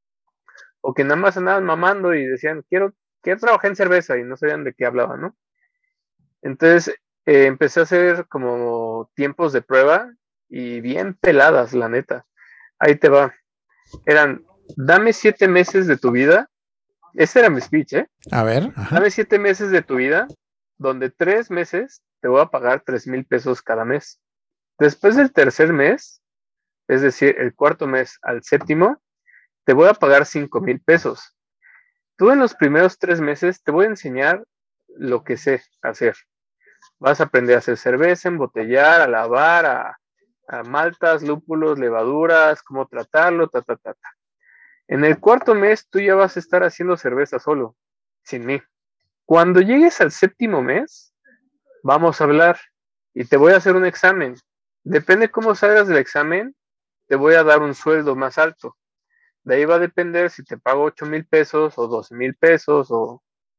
o que nada más andaban mamando y decían, quiero, quiero trabajar en cerveza y no sabían de qué hablaban, ¿no? Entonces eh, empecé a hacer como tiempos de prueba y bien peladas, la neta. Ahí te va. Eran, dame siete meses de tu vida. Ese era mi speech, ¿eh? A ver. Ajá. Dame siete meses de tu vida, donde tres meses te voy a pagar tres mil pesos cada mes. Después del tercer mes, es decir, el cuarto mes al séptimo, te voy a pagar cinco mil pesos. Tú en los primeros tres meses te voy a enseñar lo que sé hacer. Vas a aprender a hacer cerveza, embotellar, a lavar, a, a maltas, lúpulos, levaduras, cómo tratarlo, ta, ta, ta, ta. En el cuarto mes tú ya vas a estar haciendo cerveza solo, sin mí. Cuando llegues al séptimo mes, vamos a hablar y te voy a hacer un examen. Depende cómo salgas del examen, te voy a dar un sueldo más alto. De ahí va a depender si te pago ocho mil pesos o doce mil pesos o,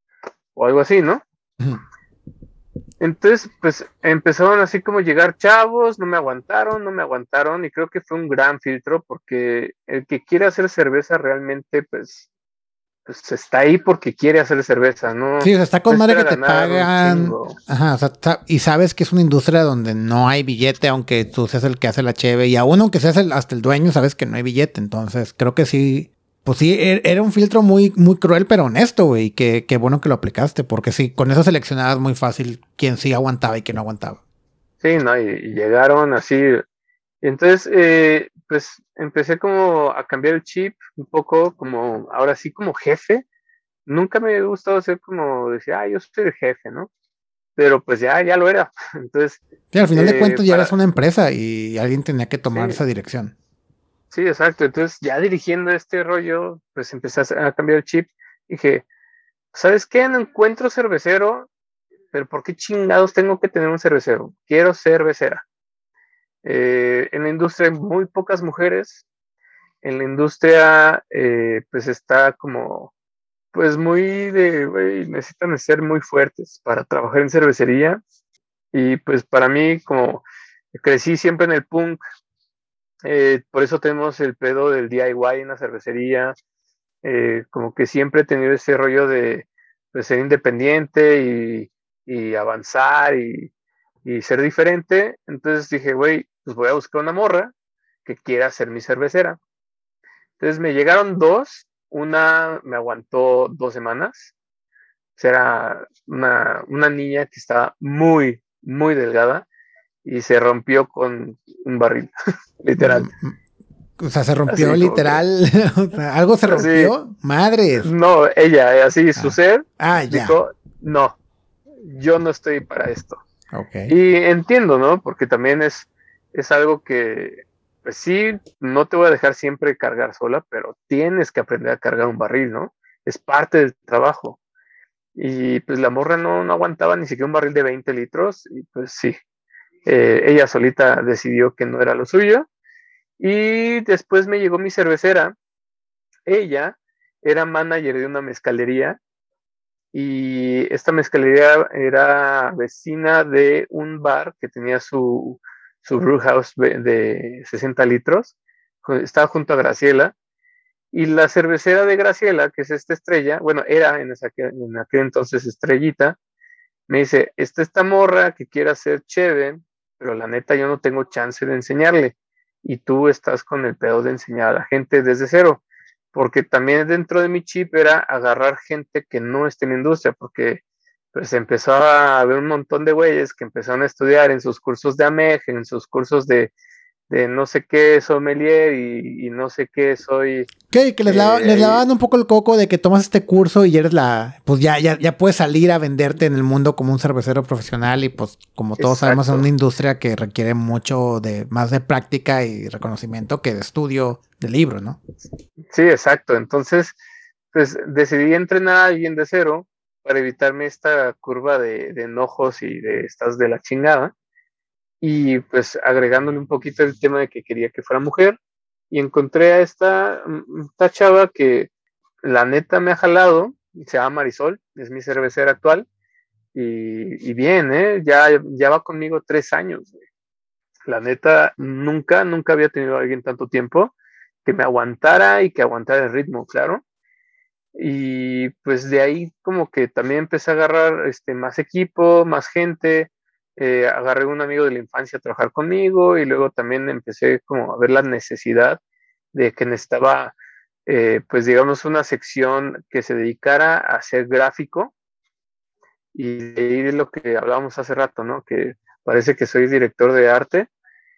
o algo así, ¿no? Ujú. Entonces, pues empezaron así como llegar chavos, no me aguantaron, no me aguantaron y creo que fue un gran filtro porque el que quiere hacer cerveza realmente, pues, pues está ahí porque quiere hacer cerveza, no, Sí, o sea, está no con madre espera que te ganar un pagan. chingo. Ajá, o sea, sa- y sabes que es una industria donde no hay billete, aunque tú seas el que hace la cheve. Y aún aunque seas el, hasta el dueño, sabes que no hay billete. Entonces, creo que sí. Pues sí, er- era un filtro muy, muy cruel, pero honesto, güey. Qué, qué bueno que lo aplicaste. Porque sí, con eso seleccionabas muy fácil quién sí aguantaba y quién no aguantaba. Sí, ¿no? Y, y llegaron así. Y entonces, eh, pues empecé como a cambiar el chip un poco, como ahora sí como jefe. Nunca me ha gustado ser como decir, ah, yo soy el jefe, ¿no? Pero pues ya, ya lo era. Entonces, Sí, al final de eh, cuentas ya eres para, una empresa y alguien tenía que tomar sí, esa dirección. sí, exacto. Entonces, ya dirigiendo este rollo, pues empecé a, a cambiar el chip. Dije, ¿sabes qué? No encuentro cervecero, pero ¿por qué chingados tengo que tener un cervecero? Quiero cervecera. Eh, en la industria hay muy pocas mujeres. En la industria, eh, pues está como, pues muy de, güey, necesitan ser muy fuertes para trabajar en cervecería. Y pues para mí, como crecí siempre en el punk, eh, por eso tenemos el pedo del D I Y en la cervecería, eh, como que siempre he tenido ese rollo de, de ser independiente y, y avanzar y, y ser diferente. Entonces dije, güey, pues voy a buscar una morra que quiera ser mi cervecera. Entonces me llegaron dos, una me aguantó dos semanas, era una, una niña que estaba muy, muy delgada y se rompió con un barril, literal. Mm, mm, O sea, se rompió Así como que, literal. O sea, algo se así, rompió. Madres. no, ella, así, su Ah, ser, ah, ya. dijo, no, yo no estoy para esto. Ok. Y entiendo, ¿no? Porque también es, es algo que, pues sí, no te voy a dejar siempre cargar sola, pero tienes que aprender a cargar un barril, ¿no? Es parte del trabajo. Y pues la morra no, no aguantaba ni siquiera un barril de veinte litros, y pues sí, eh, ella solita decidió que no era lo suyo. Y después me llegó mi cervecera. Ella era manager de una mezcalería y esta mezcalería era vecina de un bar que tenía su, su brew house de sesenta litros. Estaba junto a Graciela. Y la cervecera de Graciela, que es esta estrella, bueno, era en, esa, en aquel entonces Estrellita, me dice, esta esta morra que quiere hacer chévere, pero la neta yo no tengo chance de enseñarle. Y tú estás con el pedo de enseñar a la gente desde cero. Porque también dentro de mi chip era agarrar gente que no esté en la industria, porque pues empezó a haber un montón de güeyes que empezaron a estudiar en sus cursos de A M E G, en sus cursos de, de no sé qué sommelier y, y no sé qué soy. ¿Qué? Que les, eh, lava, les lavaban un poco el coco de que tomas este curso y eres la... Pues ya, ya, ya puedes salir a venderte en el mundo como un cervecero profesional y pues como todos Exacto. sabemos es una industria que requiere mucho de más de práctica y reconocimiento que de estudio de libro, ¿no? Sí, exacto. Entonces, pues decidí entrenar a alguien de cero para evitarme esta curva de, de enojos y de estás de la chingada. Y pues agregándole un poquito el tema de que quería que fuera mujer. Y encontré a esta, esta chava que la neta me ha jalado, se llama Marisol, es mi cervecera actual. Y, y bien, ¿eh? Ya, ya va conmigo tres años. Güey. La neta, nunca, nunca había tenido a alguien tanto tiempo que me aguantara y que aguantara el ritmo, claro. Y pues de ahí como que también empecé a agarrar este, más equipo, más gente, eh, agarré un amigo de la infancia a trabajar conmigo y luego también empecé como a ver la necesidad de que necesitaba, eh, pues digamos, una sección que se dedicara a ser gráfico y de ahí de lo que hablábamos hace rato, ¿no? Que parece que soy director de arte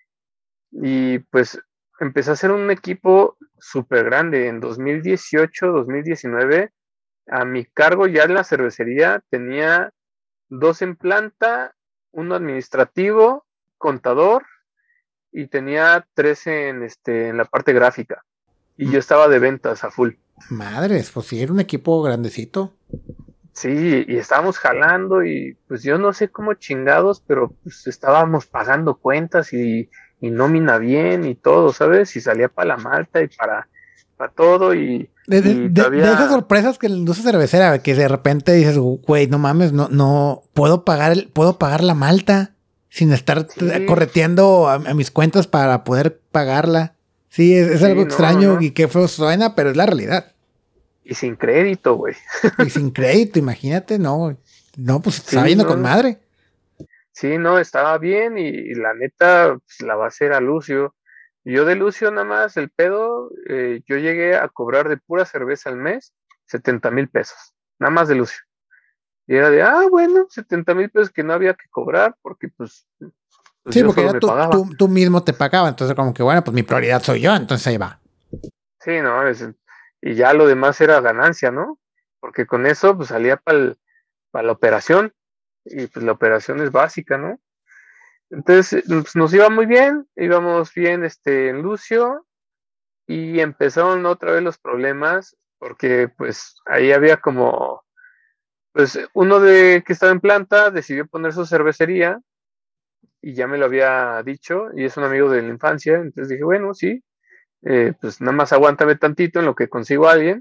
y pues empecé a hacer un equipo súper grande en dos mil dieciocho, dos mil diecinueve. A mi cargo ya en la cervecería tenía dos en planta, uno administrativo, contador y tenía tres en, este, en la parte gráfica. Y yo estaba de ventas a full. Madres, pues sí, era un equipo grandecito. Sí, y estábamos jalando y pues yo no sé cómo chingados, pero pues estábamos pagando cuentas y, y nómina bien y todo, ¿sabes? Y salía para la malta y para, para todo y, De, de, y de, de esas todavía... sorpresas que en la industria cervecera, que de repente dices, güey, no mames, no, no, puedo pagar, el, puedo pagar la malta sin estar Sí, correteando a, a mis cuentas para poder pagarla. Sí, es, es algo sí, no, no, extraño no. y que feo suena, pero es la realidad. Y sin crédito, güey. Y sin crédito, imagínate, no, no, pues estaba Sí, yendo con no. madre. Sí, no, estaba bien y, y la neta pues, la base era Lucio. Y yo de Lucio nada más, el pedo, eh, yo llegué a cobrar de pura cerveza al mes setenta mil pesos, nada más de Lucio. Y era de, ah, bueno, setenta mil pesos que no había que cobrar porque pues, pues Sí, yo porque solo ya me tú, pagaba. tú, tú mismo te pagabas, entonces como que bueno, pues mi prioridad soy yo, entonces ahí va. Sí, no, es- y ya lo demás era ganancia, ¿no? Porque con eso pues salía para la operación y pues la operación es básica, ¿no? Entonces pues, nos iba muy bien, íbamos bien este, en Lucio y empezaron otra vez los problemas porque pues ahí había como, pues uno de que estaba en planta decidió poner su cervecería y ya me lo había dicho y es un amigo de la infancia, entonces dije, bueno, sí, eh, pues nada más aguántame tantito en lo que consigo a alguien.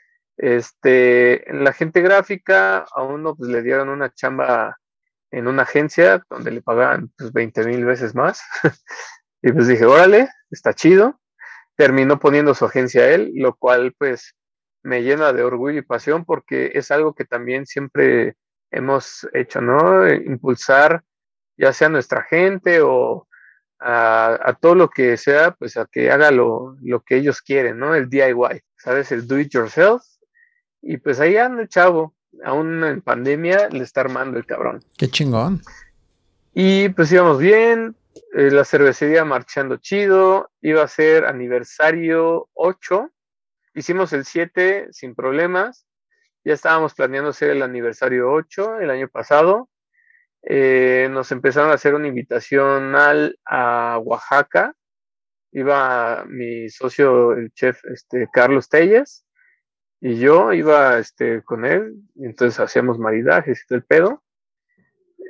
Este, en la gente gráfica a uno pues le dieron una chamba en una agencia donde le pagaban pues veinte mil veces más. Y pues dije, órale, está chido. Terminó poniendo su agencia a él, lo cual pues me llena de orgullo y pasión porque es algo que también siempre hemos hecho, ¿no? Impulsar ya sea nuestra gente o a, a todo lo que sea, pues a que haga lo, lo que ellos quieren, ¿no? El D I Y, ¿sabes? El do it yourself. Y pues ahí anda el chavo, aún en pandemia le está armando el cabrón. Qué chingón. Y pues íbamos bien, eh, la cervecería marchando chido, iba a ser aniversario ocho, hicimos el siete sin problemas, ya estábamos planeando hacer el aniversario ocho el año pasado, eh, nos empezaron a hacer una invitación al, a Oaxaca, iba mi socio, el chef este, Carlos Telles, y yo iba este, con él, y entonces hacíamos maridajes y todo el pedo.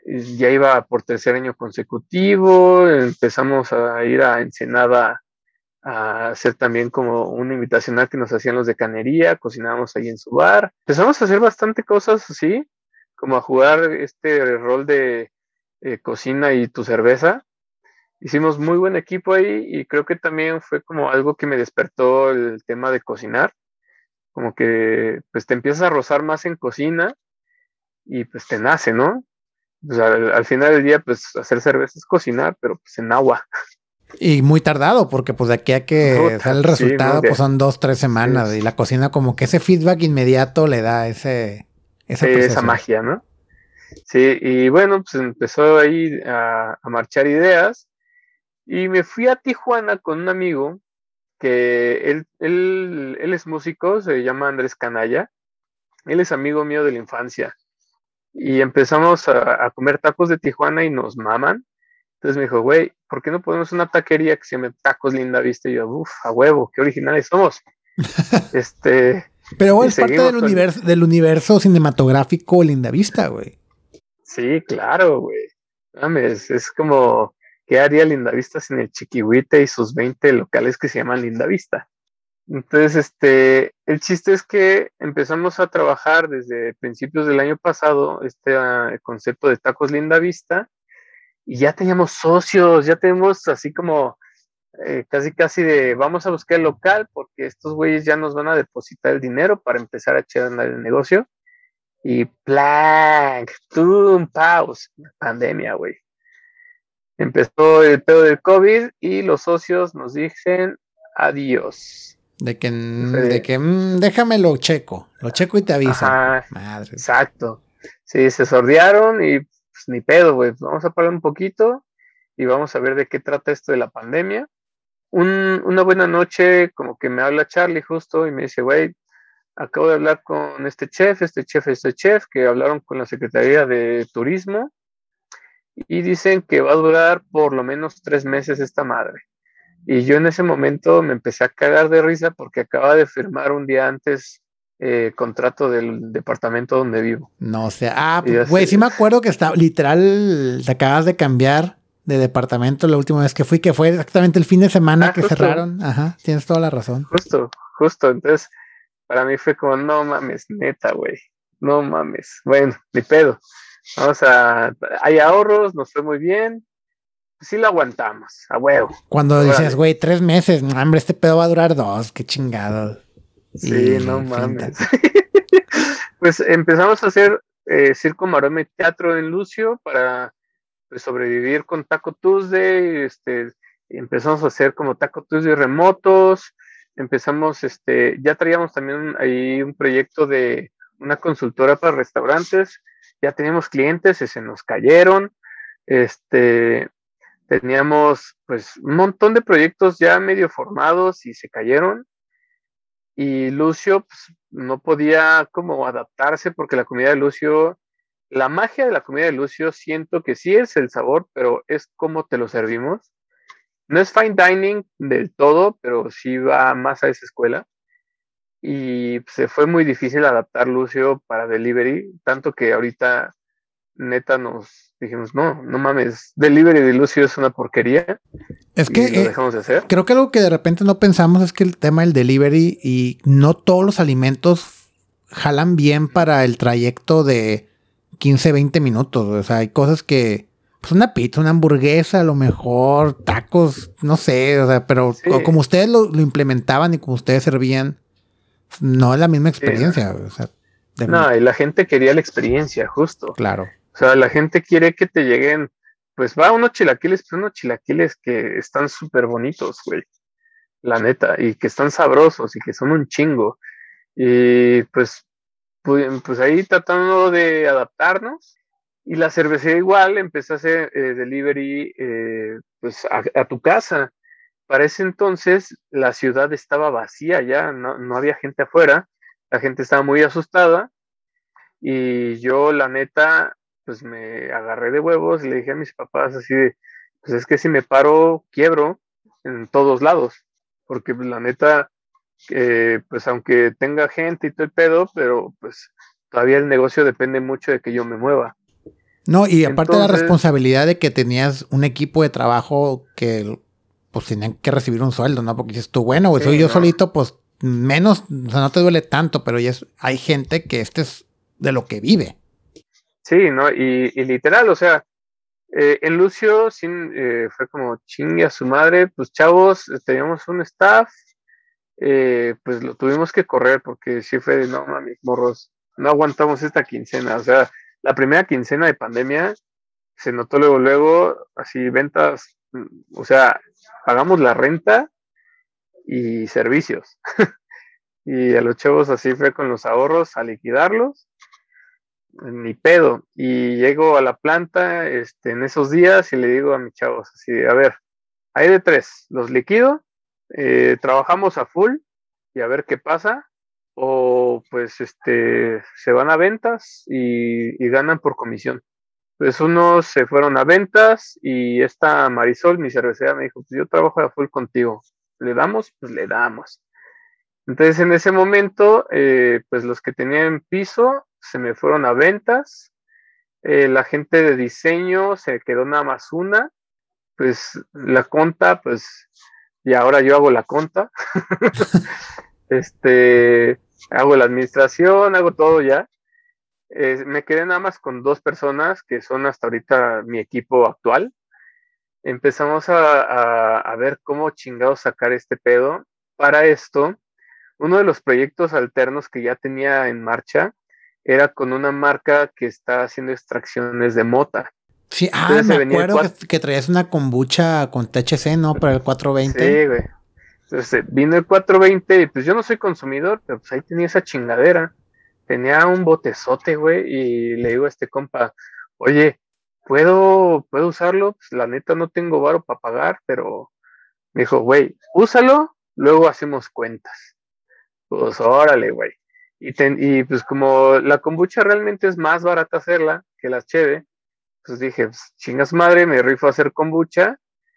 ya iba por tercer año consecutivo, empezamos a ir a Ensenada a hacer también como una invitacional que nos hacían los de canería, cocinábamos ahí en su bar. Empezamos a hacer bastante cosas así, como a jugar este rol de eh, cocina y tu cerveza. Hicimos muy buen equipo ahí y creo que también fue como algo que me despertó el tema de cocinar, como que pues te empiezas a rozar más en cocina y pues te nace, ¿no? O sea, al, al final del día pues hacer cerveza es cocinar, pero pues en agua. Y muy tardado, porque pues de aquí a que sale Puta, el sí, ¿no? resultado, pues De, son dos, tres sí, semanas. Y la cocina como que ese feedback inmediato le da ese, esa sí, esa apreciación. magia, ¿no? Sí, y bueno, pues empezó ahí a, a marchar ideas y me fui a Tijuana con un amigo que él, él, él es músico, se llama Andrés Canalla, él es amigo mío de la infancia y empezamos a, a comer tacos de Tijuana y nos maman. Entonces me dijo, güey, ¿por qué no ponemos una taquería que se llame Tacos Linda Vista? Y yo, uff, a huevo, qué originales somos. Este, Pero bueno, y es parte seguimos del con, universo, del universo cinematográfico Lindavista, güey. sí, claro, güey. Mames, es como, ¿qué haría Lindavista sin el Chiquihuite y sus veinte locales que se llaman Lindavista? Entonces, este, el chiste es que empezamos a trabajar desde principios del año pasado este uh, concepto de Tacos Lindavista y ya teníamos socios, ya tenemos así como eh, casi casi de vamos a buscar el local porque estos güeyes ya nos van a depositar el dinero para empezar a echar a andar el negocio. Y plank, tum, pause, pandemia, güey. Empezó el pedo del COVID y los socios nos dicen adiós. De que, mm, de De, que mm, déjame lo checo, lo checo y te aviso. ajá, Madre. exacto. Sí, se sordearon y pues ni pedo, güey. Vamos a parar un poquito y vamos a ver de qué trata esto de la pandemia. Un, una buena noche, como que me habla Charlie justo y me dice, güey, acabo de hablar con este chef, este chef, este chef, que hablaron con la Secretaría de Turismo y dicen que va a durar por lo menos tres meses esta madre. Y yo en ese momento me empecé a cagar de risa porque acaba de firmar un día antes eh, contrato del departamento donde vivo. No, o sea, ah, Y güey, así, sí me acuerdo que está, literal, te acabas de cambiar de departamento la última vez que fui, que fue exactamente el fin de semana ah, que justo, cerraron. Ajá, tienes toda la razón. justo, justo. Entonces, para mí fue como, no mames, neta, güey, no mames. Bueno, ni pedo. Vamos a, hay ahorros, nos fue muy bien. Sí lo aguantamos, a huevo. Cuando decías, Órale. güey, tres meses, no, hombre, este pedo va a durar dos, qué chingado. Sí, no Y mames. finta. Pues empezamos a hacer eh, circo, maroma y teatro en Lucio para pues, sobrevivir con Taco Tuesday. Este, empezamos a hacer como Taco Tuesday remotos. Empezamos, este, ya traíamos también ahí un proyecto de una consultora para restaurantes. Ya teníamos clientes y se nos cayeron. Este, teníamos pues un montón de proyectos ya medio formados y se cayeron. Y Lucio pues, no podía como adaptarse porque la comida de Lucio, la magia de la comida de Lucio siento que sí es el sabor, pero es como te lo servimos. No es fine dining del todo, pero sí va más a esa escuela. Y pues, se fue muy difícil adaptar Lucio para delivery, tanto que ahorita neta nos dijimos, no, no mames, delivery de Lucio es una porquería Es que y lo eh, dejamos de hacer. creo que algo que de repente no pensamos es que el tema del delivery y no todos los alimentos jalan bien para el trayecto de quince, veinte minutos. O sea, hay cosas que, pues una pizza, una hamburguesa, a lo mejor tacos, no sé, o sea, pero Sí, co- como ustedes lo, lo implementaban y como ustedes servían, no es la misma sí, no. experiencia. O sea, No, y definitivamente. la gente quería la experiencia, justo. Claro. O sea, la gente quiere que te lleguen, pues va unos chilaquiles, pero unos chilaquiles que están súper bonitos, güey, la neta, y que están sabrosos y que son un chingo. Y pues, pu- pues ahí tratando de adaptarnos. Y la cervecería igual empezó a hacer eh, delivery eh, pues a, a tu casa. Para ese entonces la ciudad estaba vacía ya, no, no había gente afuera, la gente estaba muy asustada y yo, la neta, pues me agarré de huevos y le dije a mis papás así de, pues es que si me paro, quiebro en todos lados, porque pues, la neta, eh, pues aunque tenga gente y todo el pedo, pero pues todavía el negocio depende mucho de que yo me mueva. No, y aparte de la Entonces, responsabilidad de que tenías un equipo de trabajo que pues tenían que recibir un sueldo, ¿no? Porque dices tú, bueno, güey, sí, soy yo no. solito, pues menos, o sea, no te duele tanto, pero ya es, hay gente que este es de lo que vive. Sí, ¿no? Y, y literal, o sea, eh, en Lucio sí, eh, fue como chingue a su madre, pues chavos, eh, teníamos un staff, eh, pues lo tuvimos que correr porque sí fue de, no mames, morros, no aguantamos esta quincena, o sea, la primera quincena de pandemia se notó luego, luego, así ventas, mm, o sea, pagamos la renta y servicios, y a los chavos así fue con los ahorros a liquidarlos, ni pedo. Y llego a la planta este, en esos días y le digo a mis chavos así, a ver, hay de tres, los liquido, eh, trabajamos a full y a ver qué pasa, o pues este, se van a ventas y, y ganan por comisión. Pues unos se fueron a ventas y esta Marisol, mi cervecera, me dijo, pues yo trabajo a full contigo, ¿le damos? Pues le damos. Entonces en ese momento, eh, pues los que tenían piso se me fueron a ventas, eh, la gente de diseño se quedó nada más una, pues la conta, pues, y ahora yo hago la conta, este, hago la administración, hago todo ya. Eh, me quedé nada más con dos personas que son hasta ahorita mi equipo actual. Empezamos a, a, a ver cómo chingados sacar este pedo. Para esto, uno de los proyectos alternos que ya tenía en marcha era con una marca que está haciendo extracciones de mota. Sí, ah, Entonces me se venía el acuerdo que, cuatro. que traías una kombucha con T H C, ¿no? Para el cuatrocientos veinte. Sí, güey. Entonces vino el cuatrocientos veinte y pues yo no soy consumidor, pero pues ahí tenía esa chingadera. Tenía un botezote, güey, y le digo a este compa, oye, ¿puedo, ¿puedo usarlo? Pues la neta no tengo varo para pagar, pero me dijo, güey, úsalo, luego hacemos cuentas. Pues órale, güey. Y, ten- y pues como la kombucha realmente es más barata hacerla que la cheve, pues dije, pues, chingas madre, me rifo a hacer kombucha.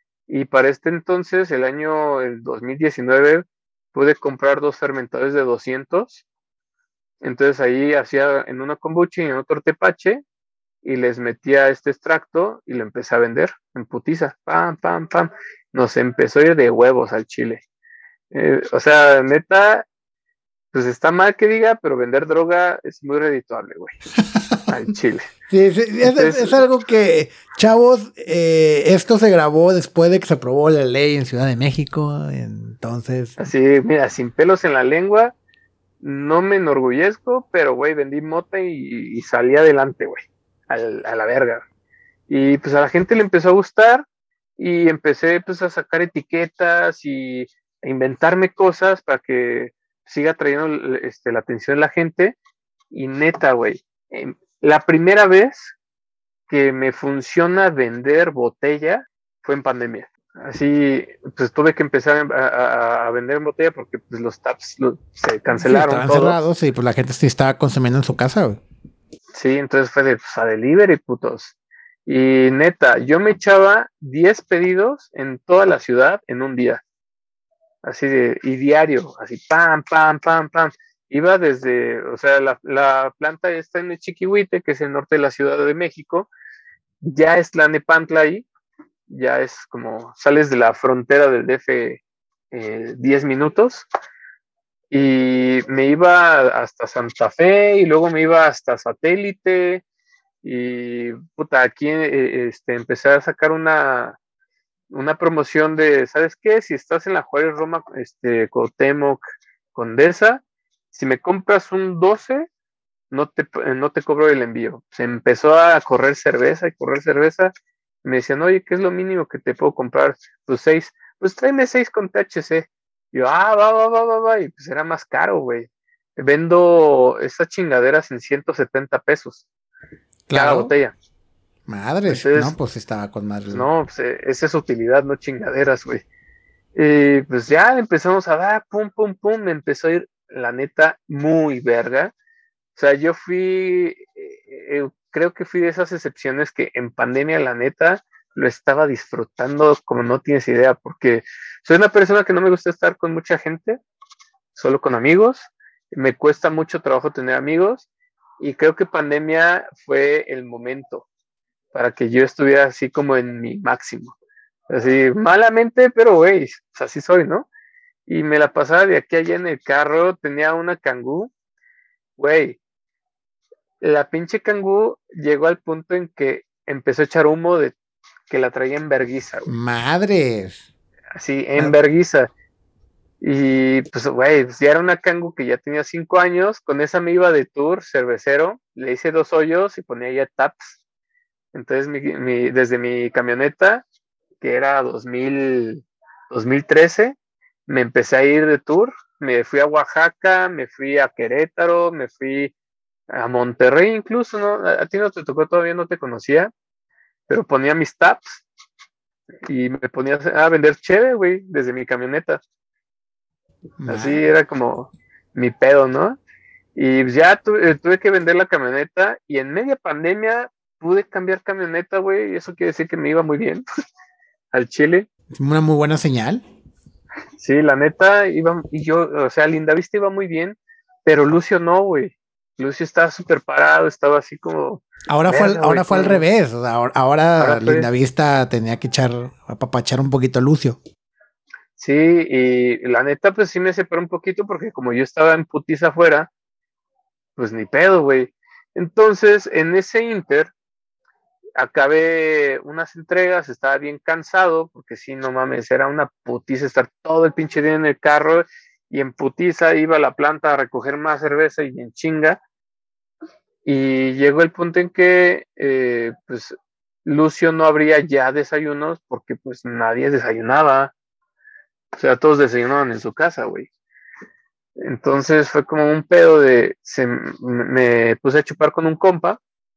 Y para este entonces, el año el dos mil diecinueve, pude comprar dos fermentadores de doscientos. Entonces ahí hacía en una kombucha y en otro tepache y les metía este extracto y lo empecé a vender en putiza. Pam, pam, pam. Nos empezó a ir de huevos al chile. Eh, o sea, neta, pues está mal que diga, pero vender droga es muy redituable, güey, al chile. Sí, sí, es, es- Entonces, es algo que, chavos, eh, esto se grabó después de que se aprobó la ley en Ciudad de México, entonces, así, mira, sin pelos en la lengua, no me enorgullezco, pero, güey, vendí mota y, y salí adelante, güey, al- a la verga. Y pues a la gente le empezó a gustar y empecé pues a sacar etiquetas y a inventarme cosas para que siga trayendo este, la atención de la gente. Y neta, güey, em, la primera vez que me funciona vender botella fue en pandemia. Así, pues tuve que empezar a, a- a vender en botella porque pues, los taps lo- se sí, cancelaron estaban todos. cerrados y pues la gente sí estaba consumiendo en su casa, güey. Sí, entonces fue de pues, a delivery, putos. Y neta, yo me echaba diez pedidos en toda la ciudad en un día. Así de, y diario, así, pam, pam, pam, pam. Iba desde, o sea, la, la planta está en el Chiquihuite, que es el norte de la Ciudad de México. Ya es la Nepantla ahí, ya es como, sales de la frontera del D F eh, diez minutos. Y me iba hasta Santa Fe y luego me iba hasta Satélite. Y puta, aquí eh, este, empecé a sacar una, una promoción de, ¿sabes qué? Si estás en la Juárez Roma, este, Cuauhtémoc, Condesa, si me compras un doce, no te, no te cobro el envío. Se empezó a correr cerveza y correr cerveza. Me decían, oye, ¿qué es lo mínimo que te puedo comprar? Pues seis. Pues tráeme seis con T H C. Y yo, ah, va, va, va, va, va. Y pues era más caro, güey. Vendo esas chingaderas en ciento setenta pesos cada Claro, botella. madres, no, Entonces, pues estaba con pues madres, güey. no, pues eh, esa es utilidad, no chingaderas, güey. Y pues ya empezamos a dar, pum, pum, pum, me empezó a ir, la neta, muy verga. O sea, yo fui, eh, eh, creo que fui de esas excepciones que en pandemia, la neta, lo estaba disfrutando como no tienes idea, porque soy una persona que no me gusta estar con mucha gente, solo con amigos. Me cuesta mucho trabajo tener amigos y creo que pandemia fue el momento. para que yo estuviera así como en mi máximo. Así, malamente, pero güey, pues así soy, ¿no? Y me la pasaba de aquí a allá en el carro, tenía una Kangoo, güey, la pinche Kangoo llegó al punto en que empezó a echar humo de que la traía en verguiza, güey. Madres. Así, en verguiza. Y pues, güey, pues ya era una Kangoo que ya tenía cinco años, con esa me iba de tour cervecero, le hice dos hoyos y ponía ya taps. Entonces, mi, mi, desde mi camioneta, que era dos mil, dos mil trece, me empecé a ir de tour, me fui a Oaxaca, me fui a Querétaro, me fui a Monterrey incluso, ¿no? A, a ti no te tocó, todavía no te conocía, pero ponía mis taps y me ponía a vender cheve, güey, desde mi camioneta. Así Madre. era como mi pedo, ¿no? Y ya tuve, tuve que vender la camioneta y en media pandemia pude cambiar camioneta, güey, y eso quiere decir que me iba muy bien al Chile. Es una muy buena señal. Sí, la neta, iba, y yo, o sea, Lindavista iba muy bien, pero Lucio no, güey. Lucio estaba súper parado, estaba así como... Ahora fue, al, verga, ahora güey, fue al ¿cómo? revés. O sea, ahora, ahora Ahora fue... Lindavista tenía que echar, apapachar un poquito a Lucio. Sí, y la neta, pues sí me separó un poquito porque como yo estaba en putiza afuera, pues ni pedo, güey. Entonces, en ese inter, acabé unas entregas, estaba bien cansado, porque sí, no mames, era una putiza estar todo el pinche día en el carro y en putiza iba a la planta a recoger más cerveza y en chinga. Y llegó el punto en que, eh, pues, Lucio no abría ya desayunos porque, pues, nadie desayunaba. O sea, todos desayunaban en su casa, güey. Entonces fue como un pedo de, se, me puse a chupar con un compa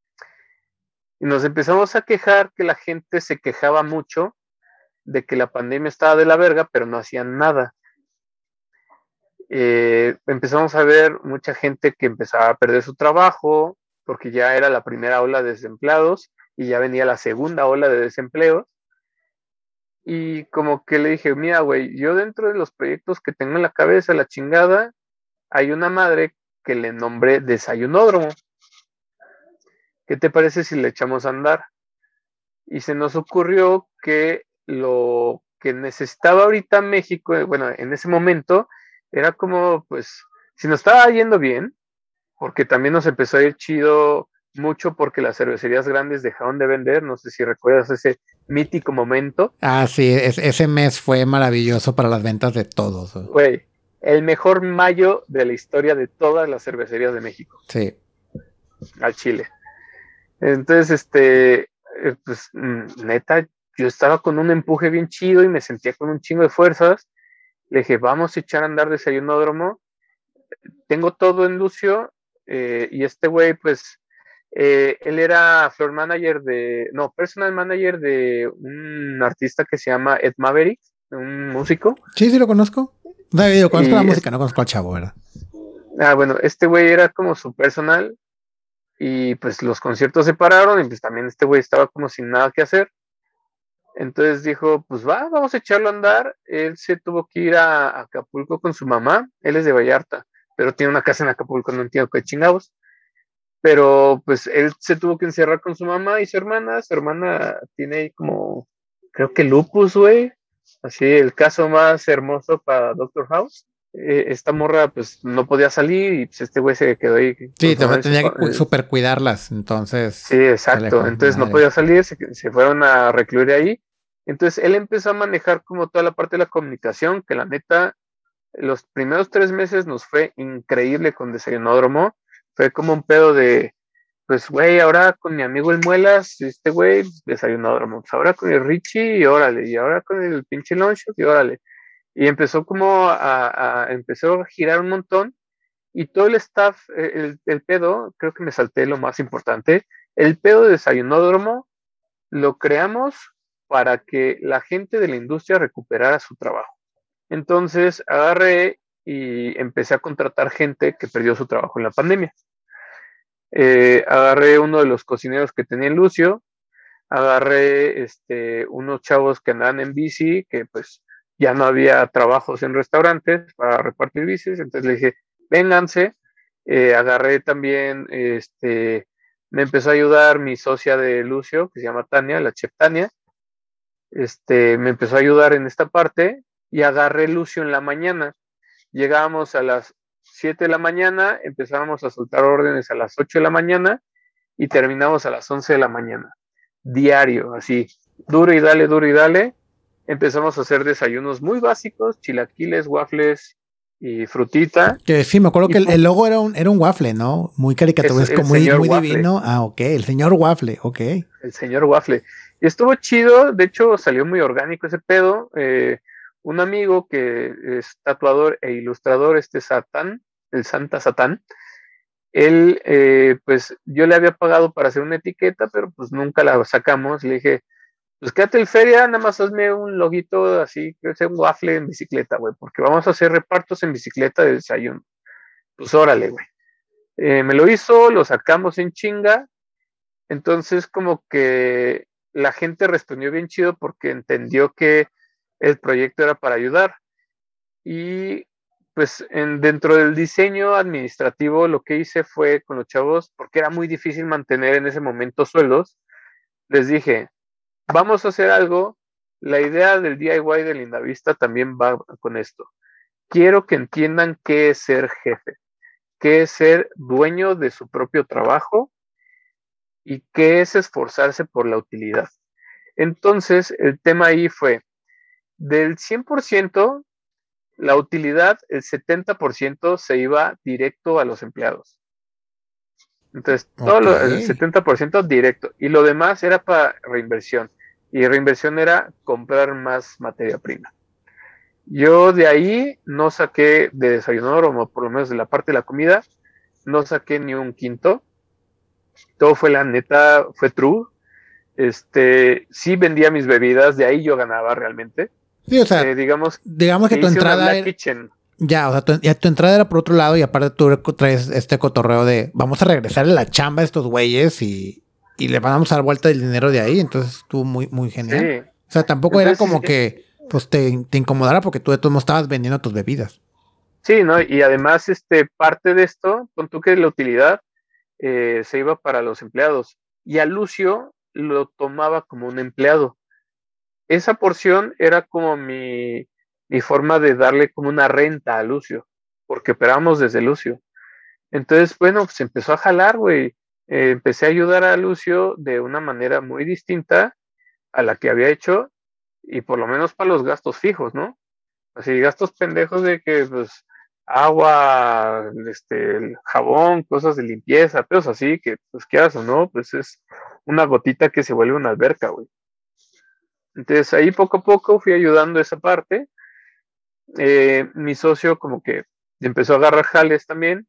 y nos empezamos a quejar que la gente se quejaba mucho de que la pandemia estaba de la verga, pero no hacían nada. Eh, empezamos a ver mucha gente que empezaba a perder su trabajo porque ya era la primera ola de desempleados y ya venía la segunda ola de desempleo. Y como que le dije, mira, güey, yo dentro de los proyectos que tengo en la cabeza, la chingada, hay una madre que le nombré Desayunódromo. ¿Qué te parece si le echamos a andar? Y se nos ocurrió que lo que necesitaba ahorita México, bueno, en ese momento, era como, pues, si nos estaba yendo bien, porque también nos empezó a ir chido mucho porque las cervecerías grandes dejaron de vender, no sé si recuerdas ese mítico momento. Ah, sí, es, ese mes fue maravilloso para las ventas de todos. Güey, el mejor mayo de la historia de todas las cervecerías de México. Sí. Al Chile. Entonces, este, pues, neta, yo estaba con un empuje bien chido y me sentía con un chingo de fuerzas. Le dije, vamos a echar a andar Desayunódromo. Tengo todo en Lucio, eh, y este güey, pues, eh, él era floor manager de, no, personal manager de un artista que se llama Ed Maverick, un músico. Sí, sí lo conozco. O sea, yo conozco la Y música, es, no conozco al chavo, ¿verdad? ah, bueno, este güey era como su personal y pues los conciertos se pararon y pues también este güey estaba como sin nada que hacer. Entonces dijo, pues va, vamos a echarlo a andar. Él se tuvo que ir a, a Acapulco con su mamá, él es de Vallarta, pero tiene una casa en Acapulco, no entiendo qué chingados. Pero pues él se tuvo que encerrar con su mamá y su hermana. Su hermana tiene ahí como, creo que lupus, güey. Así, el caso más hermoso para Doctor House. Eh, esta morra pues no podía salir y pues este güey se quedó ahí con Sí, su mamá. tenía que cu super cuidarlas, entonces. Sí, exacto. Entonces no podía salir, se, se fueron a recluir ahí. Entonces él empezó a manejar como toda la parte de la comunicación, que la neta, los primeros tres meses nos fue increíble con Desayunódromo. Fue como un pedo de, pues, güey, ahora con mi amigo el Muelas, este güey, Desayunódromo. Pues ahora con el Richie y órale, y ahora con el pinche Longshot y órale. Y empezó como a, a, empezó a girar un montón y todo el staff, el, el pedo, creo que me salté lo más importante, el pedo de Desayunódromo lo creamos para que la gente de la industria recuperara su trabajo. Entonces agarré y empecé a contratar gente que perdió su trabajo en la pandemia. Eh, agarré uno de los cocineros que tenía en Lucio, agarré este, unos chavos que andaban en bici, que pues ya no había trabajos en restaurantes para repartir bicis, entonces le dije, vénganse. Eh, agarré también este, Me empezó a ayudar mi socia de Lucio, que se llama Tania, la chef Tania. Este, me empezó a ayudar en esta parte y agarré Lucio en la mañana. Llegábamos a las siete de la mañana, empezábamos a soltar órdenes a las ocho de la mañana y terminamos a las once de la mañana. Diario, así, duro y dale, duro y dale. Empezamos a hacer desayunos muy básicos, chilaquiles, waffles y frutita. Que sí, me acuerdo y que el, el logo era un, era un waffle, ¿no? Muy caricaturesco, muy, muy divino. Ah, ok, el señor waffle, ok. El señor waffle. Y estuvo chido, de hecho salió muy orgánico ese pedo. Eh, un amigo que es tatuador e ilustrador, este Satán, el Santa Satán, él, eh, pues yo le había pagado para hacer una etiqueta, pero pues nunca la sacamos. Le dije, pues quédate el feria, nada más hazme un loguito así, que sea un waffle en bicicleta, güey, porque vamos a hacer repartos en bicicleta de desayuno. Pues órale, güey. Eh, me lo hizo, lo sacamos en chinga. Entonces como que la gente respondió bien chido porque entendió que el proyecto era para ayudar. Y pues en, dentro del diseño administrativo lo que hice fue con los chavos, porque era muy difícil mantener en ese momento sueldos, les dije, vamos a hacer algo. La idea del D I Y de Lindavista también va con esto. Quiero que entiendan qué es ser jefe, qué es ser dueño de su propio trabajo y qué es esforzarse por la utilidad. Entonces, el tema ahí fue, del cien por ciento, la utilidad, el setenta por ciento se iba directo a los empleados. Entonces, todo Ok. lo, el setenta por ciento directo. Y lo demás era para reinversión. Y reinversión era comprar más materia prima. Yo de ahí no saqué de desayunador, o por lo menos de la parte de la comida, no saqué ni un quinto. Todo fue la neta, fue true. Este, sí vendía mis bebidas, de ahí yo ganaba realmente. Sí, o sea, Eh, digamos digamos que que tu hice una entrada Black era, Kitchen. ya, o sea, tu, ya tu entrada era por otro lado y aparte tú traes este cotorreo de vamos a regresar a la chamba a estos güeyes y, y le vamos a dar vuelta el dinero de ahí. Entonces estuvo muy, muy genial. Sí. O sea, tampoco era Entonces, como que pues te, te incomodara porque tú de todos modos estabas vendiendo tus bebidas. sí, ¿no? Y además, este, parte de esto, con tú que la utilidad eh, se iba para los empleados. Y a Lucio lo tomaba como un empleado. Esa porción era como mi, mi forma de darle como una renta a Lucio, porque operamos desde Lucio. Entonces, bueno, pues empezó a jalar, güey. Eh, empecé a ayudar a Lucio de una manera muy distinta a la que había hecho, y por lo menos para los gastos fijos, ¿no? Así, gastos pendejos de que, pues, agua, este, el jabón, cosas de limpieza, pero así, que, pues, quieras o no, pues es una gotita que se vuelve una alberca, güey. Entonces, ahí poco a poco fui ayudando esa parte. Eh, mi socio como que empezó a agarrar jales también.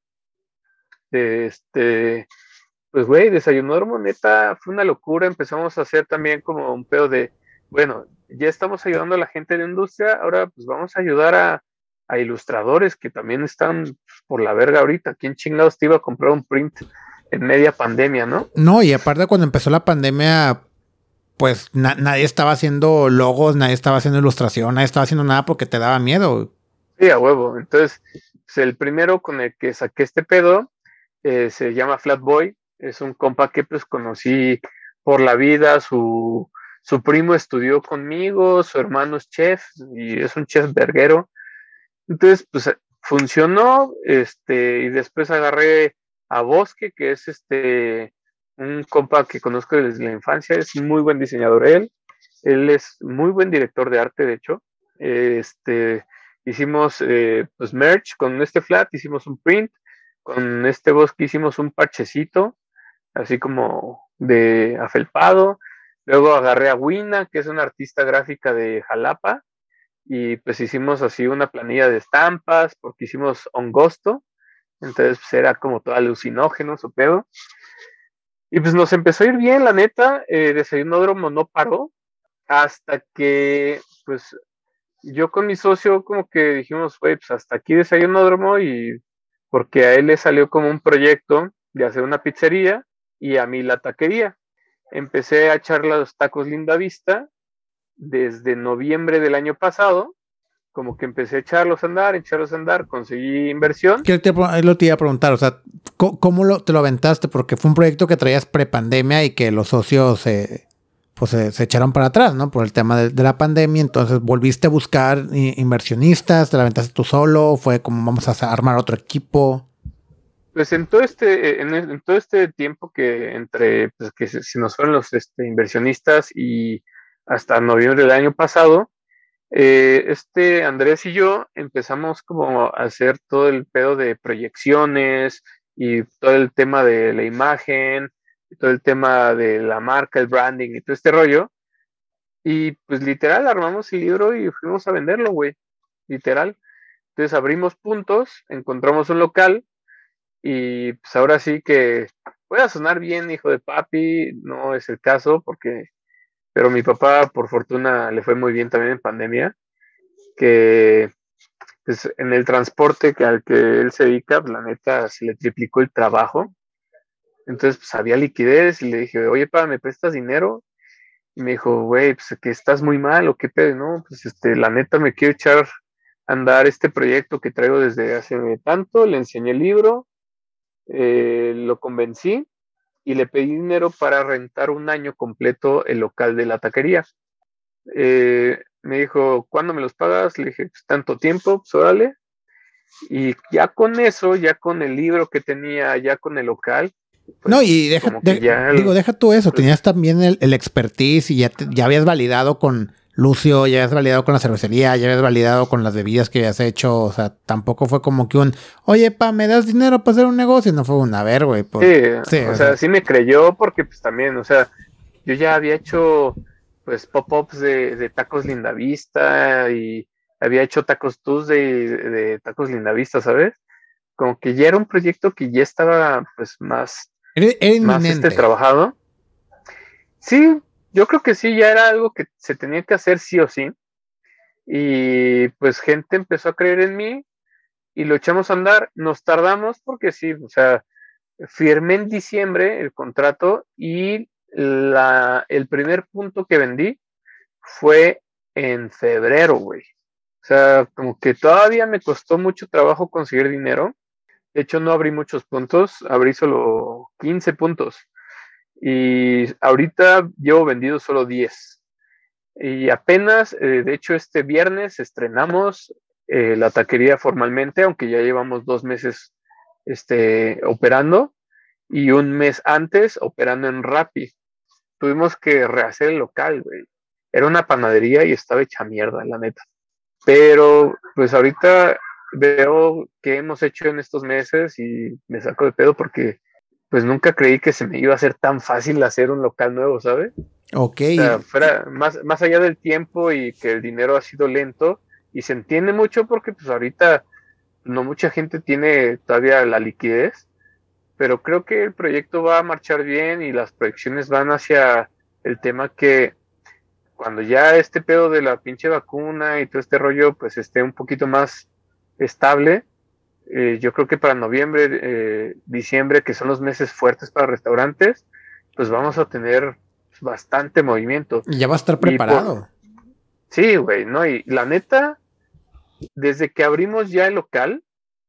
Este, pues, güey, Desayunador neta fue una locura. Empezamos a hacer también como un pedo de, bueno, ya estamos ayudando a la gente de industria, ahora pues vamos a ayudar a, a ilustradores que también están por la verga ahorita. ¿Quién chingados te iba a comprar un print en media pandemia, no? No, y aparte cuando empezó la pandemia, pues na nadie estaba haciendo logos, nadie estaba haciendo ilustración, nadie estaba haciendo nada porque te daba miedo. Sí, a huevo. Entonces, pues, el primero con el que saqué este pedo eh, se llama Flatboy. Es un compa que pues conocí por la vida. Su, su primo estudió conmigo, su hermano es chef y es un chef verguero. Entonces, pues funcionó, este, y después agarré a Bosque, que es este un compa que conozco desde la infancia, es muy buen diseñador él, él es muy buen director de arte, de hecho. Este, hicimos eh, pues merch con este flat, hicimos un print, con este Bosque hicimos un parchecito, así como de afelpado. Luego agarré a Wina, que es una artista gráfica de Jalapa, y pues hicimos así una planilla de estampas, porque hicimos hongosto, entonces pues era como todo alucinógeno su pedo. Y pues nos empezó a ir bien, la neta. eh, Desayunódromo no paró, hasta que pues yo con mi socio como que dijimos, güey, pues hasta aquí Desayunódromo, y porque a él le salió como un proyecto de hacer una pizzería y a mí la taquería. Empecé a echar los tacos Linda Vista desde noviembre del año pasado, como que empecé a echarlos a andar, echarlos a andar, conseguí inversión. ¿Qué te, lo te iba a preguntar? O sea, ¿cómo, cómo lo, te lo aventaste? Porque fue un proyecto que traías pre-pandemia y que los socios eh, pues, se, se echaron para atrás, ¿no? Por el tema de, de la pandemia. Entonces, ¿volviste a buscar inversionistas? ¿Te la aventaste tú solo? ¿Fue como vamos a armar otro equipo? Pues en todo este, en, en todo este tiempo que entre pues, que se, se nos fueron los este, inversionistas y hasta noviembre del año pasado, eh, este Andrés y yo empezamos como a hacer todo el pedo de proyecciones y todo el tema de la imagen, y todo el tema de la marca, el branding y todo este rollo. Y pues literal armamos el libro y fuimos a venderlo, güey. Literal. Entonces abrimos puntos, encontramos un local y pues ahora sí que pueda sonar bien, hijo de papi, no es el caso porque, pero mi papá por fortuna le fue muy bien también en pandemia, que pues en el transporte que al que él se dedica, pues, la neta se le triplicó el trabajo. Entonces pues había liquidez y le dije, oye, pa, ¿me prestas dinero? Y me dijo, güey, pues que estás muy mal o qué pedo, no, pues este, la neta me quiero echar a andar este proyecto que traigo desde hace tanto, le enseñé el libro, eh, lo convencí y le pedí dinero para rentar un año completo el local de la taquería. Eh, me dijo, ¿cuándo me los pagas? Le dije, pues tanto tiempo, pues órale. Y ya con eso, ya con el libro que tenía, ya con el local, No, pues y deja, como que de, ya... digo, El, deja tú eso, pues, tenías también el, el expertise y ya, te, ya habías validado con Lucio, ya habías validado con la cervecería, ya habías validado con las bebidas que habías hecho, o sea, tampoco fue como que un, oye, pa, ¿me das dinero para hacer un negocio? No fue un, a ver, güey, pues, sí, sí, o o sea, sea, sí me creyó porque pues también, o sea, yo ya había hecho pues pop-ups de, de tacos Lindavista y había hecho tacos Tuesday de, de tacos Lindavista, ¿sabes? Como que ya era un proyecto que ya estaba pues más, era, era más este inminente. trabajado. Sí, yo creo que sí, ya era algo que se tenía que hacer sí o sí. Y pues gente empezó a creer en mí y lo echamos a andar. Nos tardamos porque sí, o sea, firmé en diciembre el contrato y la, el primer punto que vendí fue en febrero, güey. O sea, como que todavía me costó mucho trabajo conseguir dinero. De hecho, no abrí muchos puntos, abrí solo quince puntos. Y ahorita llevo vendido solo diez. Y apenas, eh, de hecho, este viernes estrenamos eh, la taquería formalmente, aunque ya llevamos dos meses este, operando y un mes antes operando en Rappi. Tuvimos que rehacer el local, güey. Era una panadería y estaba hecha mierda, la neta. Pero pues ahorita veo qué hemos hecho en estos meses y me saco de pedo porque pues nunca creí que se me iba a hacer tan fácil hacer un local nuevo, ¿sabes? Ok, O sea, fuera más, más allá del tiempo y que el dinero ha sido lento y se entiende mucho porque pues ahorita no mucha gente tiene todavía la liquidez, pero creo que el proyecto va a marchar bien y las proyecciones van hacia el tema que cuando ya este pedo de la pinche vacuna y todo este rollo pues esté un poquito más estable, eh, yo creo que para noviembre, eh, diciembre, que son los meses fuertes para restaurantes, pues vamos a tener bastante movimiento. ya va a estar Y por, preparado. sí, güey, ¿no? Y la neta, desde que abrimos ya el local,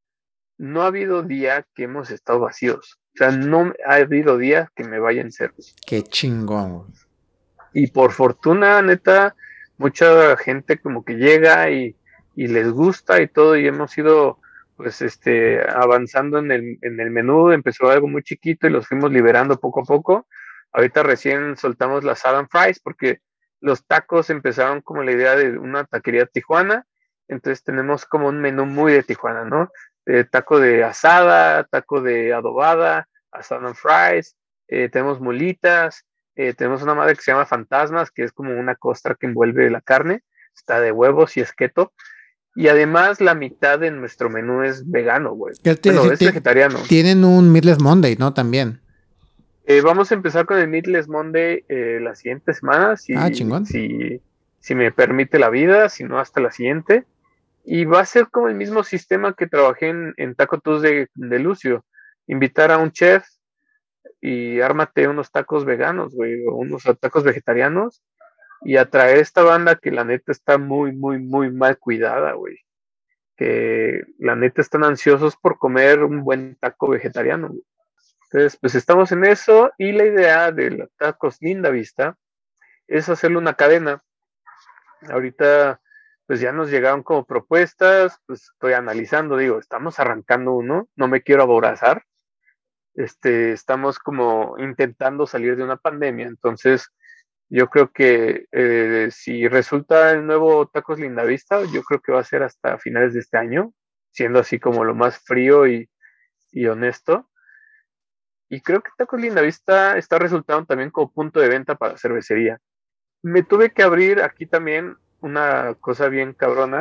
no ha habido día que hemos estado vacíos. O sea, no ha habido día que me vayan ceros. Qué chingón. Y por fortuna, neta, mucha gente como que llega y, y les gusta y todo, y hemos ido pues este avanzando en el, en el menú, empezó algo muy chiquito y los fuimos liberando poco a poco. Ahorita recién soltamos las Salad Fries porque los tacos empezaron como la idea de una taquería tijuana, entonces tenemos como un menú muy de Tijuana, ¿no? Eh, taco de asada, taco de adobada, asada fries, eh, tenemos mulitas, eh, tenemos una madre que se llama Fantasmas, que es como una costra que envuelve la carne, está de huevos y es keto. Y además la mitad de nuestro menú es vegano, güey. ¿Qué te Bueno, decir? es vegetariano. Tienen un Meatless Monday, ¿no? También. Eh, vamos a empezar con el Meatless Monday eh, la siguiente semana, Ah, si, chingón. si, si me permite la vida, si no hasta la siguiente. Y va a ser como el mismo sistema que trabajé en, en Taco Tuesday de, de Lucio. Invitar a un chef y ármate unos tacos veganos, güey, o unos tacos vegetarianos y atraer esta banda que la neta está muy, muy, muy mal cuidada, güey. Que la neta están ansiosos por comer un buen taco vegetariano, güey. Entonces, pues estamos en eso y la idea de los tacos Linda Vista es hacerle una cadena. Ahorita, pues ya nos llegaron como propuestas, pues estoy analizando, digo, estamos arrancando uno, no me quiero aborazar, este, estamos como intentando salir de una pandemia, entonces yo creo que eh, si resulta el nuevo Tacos Lindavista, yo creo que va a ser hasta finales de este año, siendo así como lo más frío y, y honesto. Y creo que Tacos Lindavista está resultando también como punto de venta para cervecería. Me tuve que abrir aquí también una cosa bien cabrona.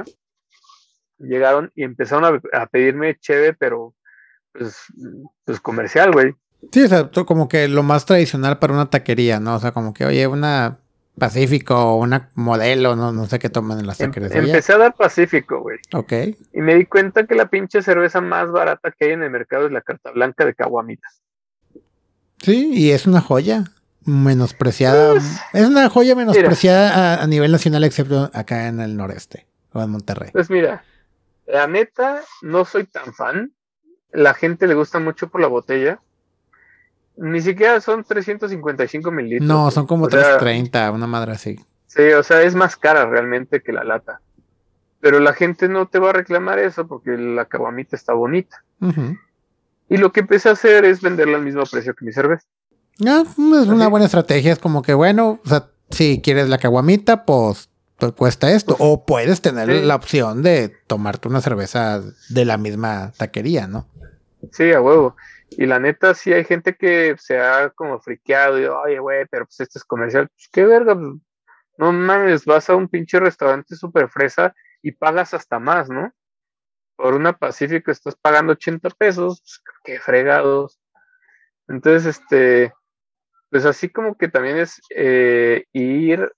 Llegaron y empezaron a, a pedirme cheve, pero pues, pues comercial, güey. Sí, o sea, como que lo más tradicional para una taquería, ¿no? O sea, como que, oye, una Pacífico o una Modelo, no, no sé qué toman en las taquerías. Em, empecé a dar Pacífico, güey. Ok. Y me di cuenta que la pinche cerveza más barata que hay en el mercado es la Carta Blanca de Caguamitas. Sí, y es una joya menospreciada. Pues, es una joya menospreciada a, a nivel nacional, excepto acá en el noreste o en Monterrey. Pues mira, la neta, no soy tan fan. La gente le gusta mucho por la botella. Ni siquiera son trescientos cincuenta y cinco mililitros. No, son como trescientos treinta, una madre así. Sí, o sea, es más cara realmente que la lata. Pero la gente no te va a reclamar eso porque la caguamita está bonita. Uh-huh. Y lo que empecé a hacer es venderla al mismo precio que mi cerveza. No, es una ¿Así? buena estrategia. Es como que, bueno, o sea, si quieres la caguamita, pues, pues cuesta esto. Pues, o puedes tener sí. la opción de tomarte una cerveza de la misma taquería, ¿no? Sí, a huevo. Y la neta, sí hay gente que se ha como friqueado y, oye, güey, pero pues este es comercial. Pues qué verga, pues, no mames, vas a un pinche restaurante súper fresa y pagas hasta más, ¿no? Por una Pacífico estás pagando ochenta pesos, pues qué fregados. Entonces, este, pues así como que también es eh, ir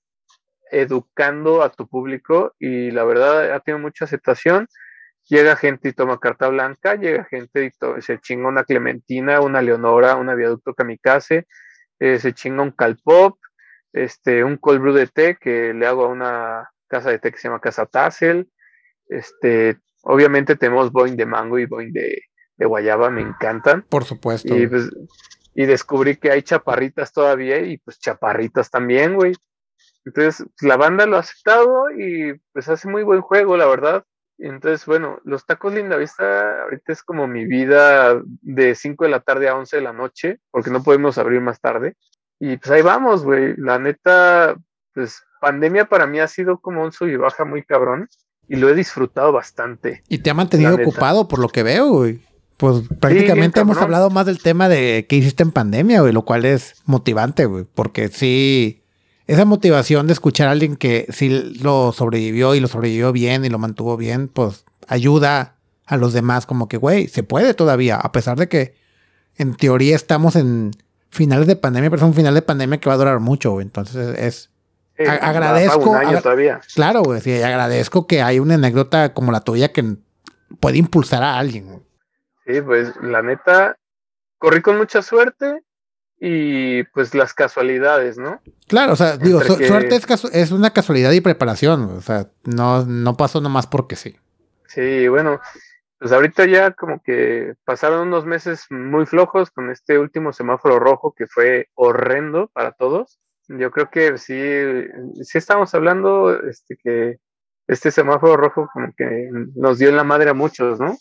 educando a tu público y la verdad ha tenido mucha aceptación. Llega gente y toma Carta Blanca, llega gente y to- se chinga una Clementina, una Leonora, una Viaducto Kamikaze, eh, se chinga un Calpop, este, un cold brew de té que le hago a una casa de té que se llama Casa Tassel. Este, obviamente tenemos Boing de mango y Boing de, de guayaba, me encantan. Por supuesto. Y, pues, y descubrí que hay chaparritas todavía y pues chaparritas también, güey. Entonces, la banda lo ha aceptado y pues hace muy buen juego, la verdad. Entonces, bueno, los tacos Lindavista ahorita es como mi vida de cinco de la tarde a once de la noche, porque no podemos abrir más tarde. Y pues ahí vamos, güey. La neta, pues pandemia para mí ha sido como un sub y baja muy cabrón y lo he disfrutado bastante. Y te ha mantenido ocupado por lo que veo, güey. Pues prácticamente sí, hemos hablado más del tema de qué hiciste en pandemia, güey, lo cual es motivante, güey, porque sí... Esa motivación de escuchar a alguien que sí lo sobrevivió y lo sobrevivió bien y lo mantuvo bien, pues ayuda a los demás como que, güey, se puede todavía, a pesar de que en teoría estamos en finales de pandemia, pero es un final de pandemia que va a durar mucho, güey. Entonces es... Sí, a- agradezco... un año agra- todavía. Claro, güey, sí, agradezco que hay una anécdota como la tuya que puede impulsar a alguien, güey. Sí, pues la neta, corrí con mucha suerte. Y pues las casualidades, ¿no? Claro, o sea, Entre digo, su- que... suerte es, casu- es una casualidad y preparación, o sea, no, no pasó nomás porque sí. Sí, bueno, pues ahorita ya como que pasaron unos meses muy flojos con este último semáforo rojo que fue horrendo para todos. Yo creo que sí, sí estamos hablando este, que este semáforo rojo como que nos dio en la madre a muchos, ¿no?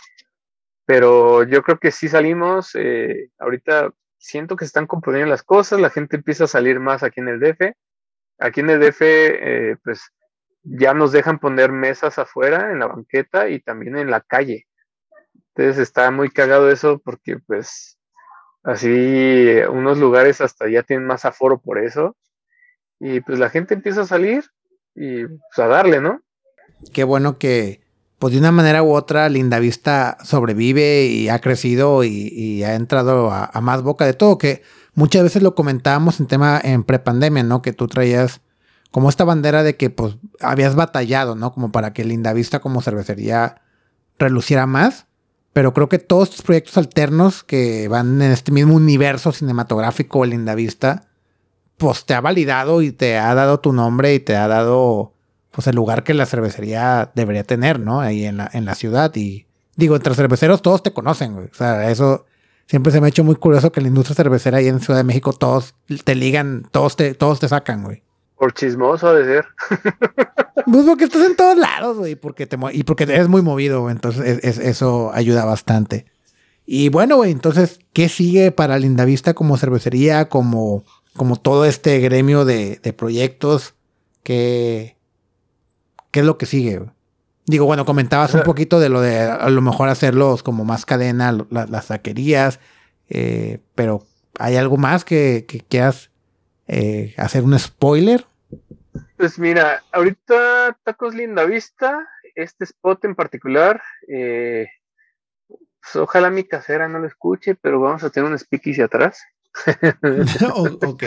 Pero yo creo que sí salimos, eh, ahorita siento que se están componiendo las cosas, la gente empieza a salir más aquí en el D F. Aquí en el D F, eh, pues ya nos dejan poner mesas afuera en la banqueta y también en la calle. Entonces está muy cagado eso porque pues así unos lugares hasta ya tienen más aforo por eso. Y pues la gente empieza a salir y pues a darle, ¿no? Qué bueno que, pues de una manera u otra, Lindavista sobrevive y ha crecido y, y ha entrado a, a más boca de todo, que muchas veces lo comentábamos en tema en prepandemia, ¿no? Que tú traías como esta bandera de que pues habías batallado, ¿no? Como para que Lindavista como cervecería reluciera más, pero creo que todos estos proyectos alternos que van en este mismo universo cinematográfico de Lindavista, pues te ha validado y te ha dado tu nombre y te ha dado pues el lugar que la cervecería debería tener, ¿no? Ahí en la, en la ciudad. Y digo, entre cerveceros todos te conocen, güey. O sea, eso siempre se me ha hecho muy curioso que en la industria cervecera ahí en Ciudad de México todos te ligan, todos te, todos te sacan, güey. Por chismoso ha de ser. Pues porque estás en todos lados, güey, porque te y porque eres muy movido, güey. Entonces es, es, eso ayuda bastante. Y bueno, güey, entonces, ¿qué sigue para Lindavista como cervecería, como, como todo este gremio de, de proyectos? ¿Qué, ¿Qué es lo que sigue, güey? Digo, bueno, comentabas un poquito de lo de a lo mejor hacerlos como más cadena, la, las taquerías, eh, pero ¿hay algo más que, que quieras eh, hacer un spoiler? Pues mira, ahorita Tacos Lindavista, este spot en particular, eh, pues ojalá mi casera no lo escuche, pero vamos a tener un speakeasy atrás. Ok.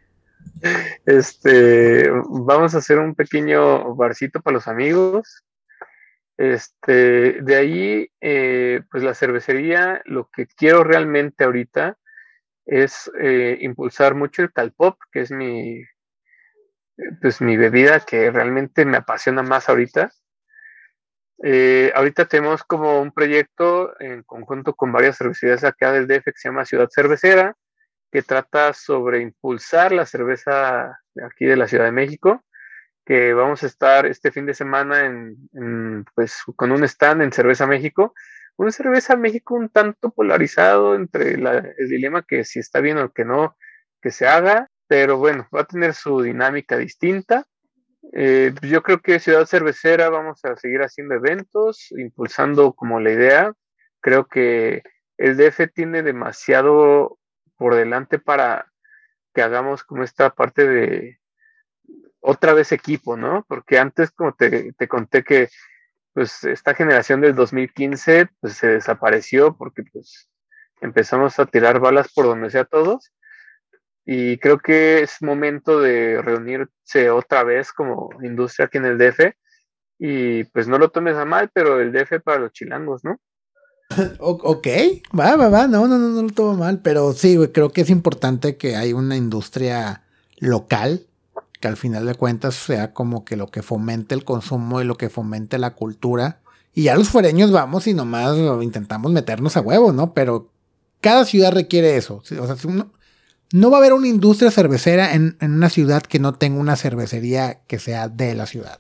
Este, vamos a hacer un pequeño barcito para los amigos. Este, de ahí, eh, pues la cervecería, lo que quiero realmente ahorita es eh, impulsar mucho el Calpop, que es mi, pues mi bebida que realmente me apasiona más ahorita. Eh, ahorita tenemos como un proyecto en conjunto con varias cervecerías acá del D F que se llama Ciudad Cervecera, que trata sobre impulsar la cerveza aquí de la Ciudad de México, que vamos a estar este fin de semana en, en, pues, con un stand en Cerveza México. Una cerveza México un tanto polarizado entre la, el dilema que si está bien o que no, que se haga, pero bueno, va a tener su dinámica distinta. Eh, yo creo que Ciudad Cervecera vamos a seguir haciendo eventos, impulsando como la idea. Creo que el D F tiene demasiado por delante para que hagamos como esta parte de otra vez equipo, ¿no? Porque antes, como te, te conté que pues esta generación del dos mil quince pues se desapareció porque pues empezamos a tirar balas por donde sea todos. Y creo que es momento de reunirse otra vez como industria aquí en el D F. Y pues no lo tomes a mal, pero el D F para los chilangos, ¿no? O- ok, va, va, va, no, no, no, no lo tomo mal, pero sí, güey, creo que es importante que hay una industria local que al final de cuentas sea como que lo que fomente el consumo y lo que fomente la cultura. Y ya los fuereños vamos y nomás intentamos meternos a huevo, ¿no? Pero cada ciudad requiere eso. ¿Sí? O sea, si uno- no va a haber una industria cervecera en, en una ciudad que no tenga una cervecería que sea de la ciudad.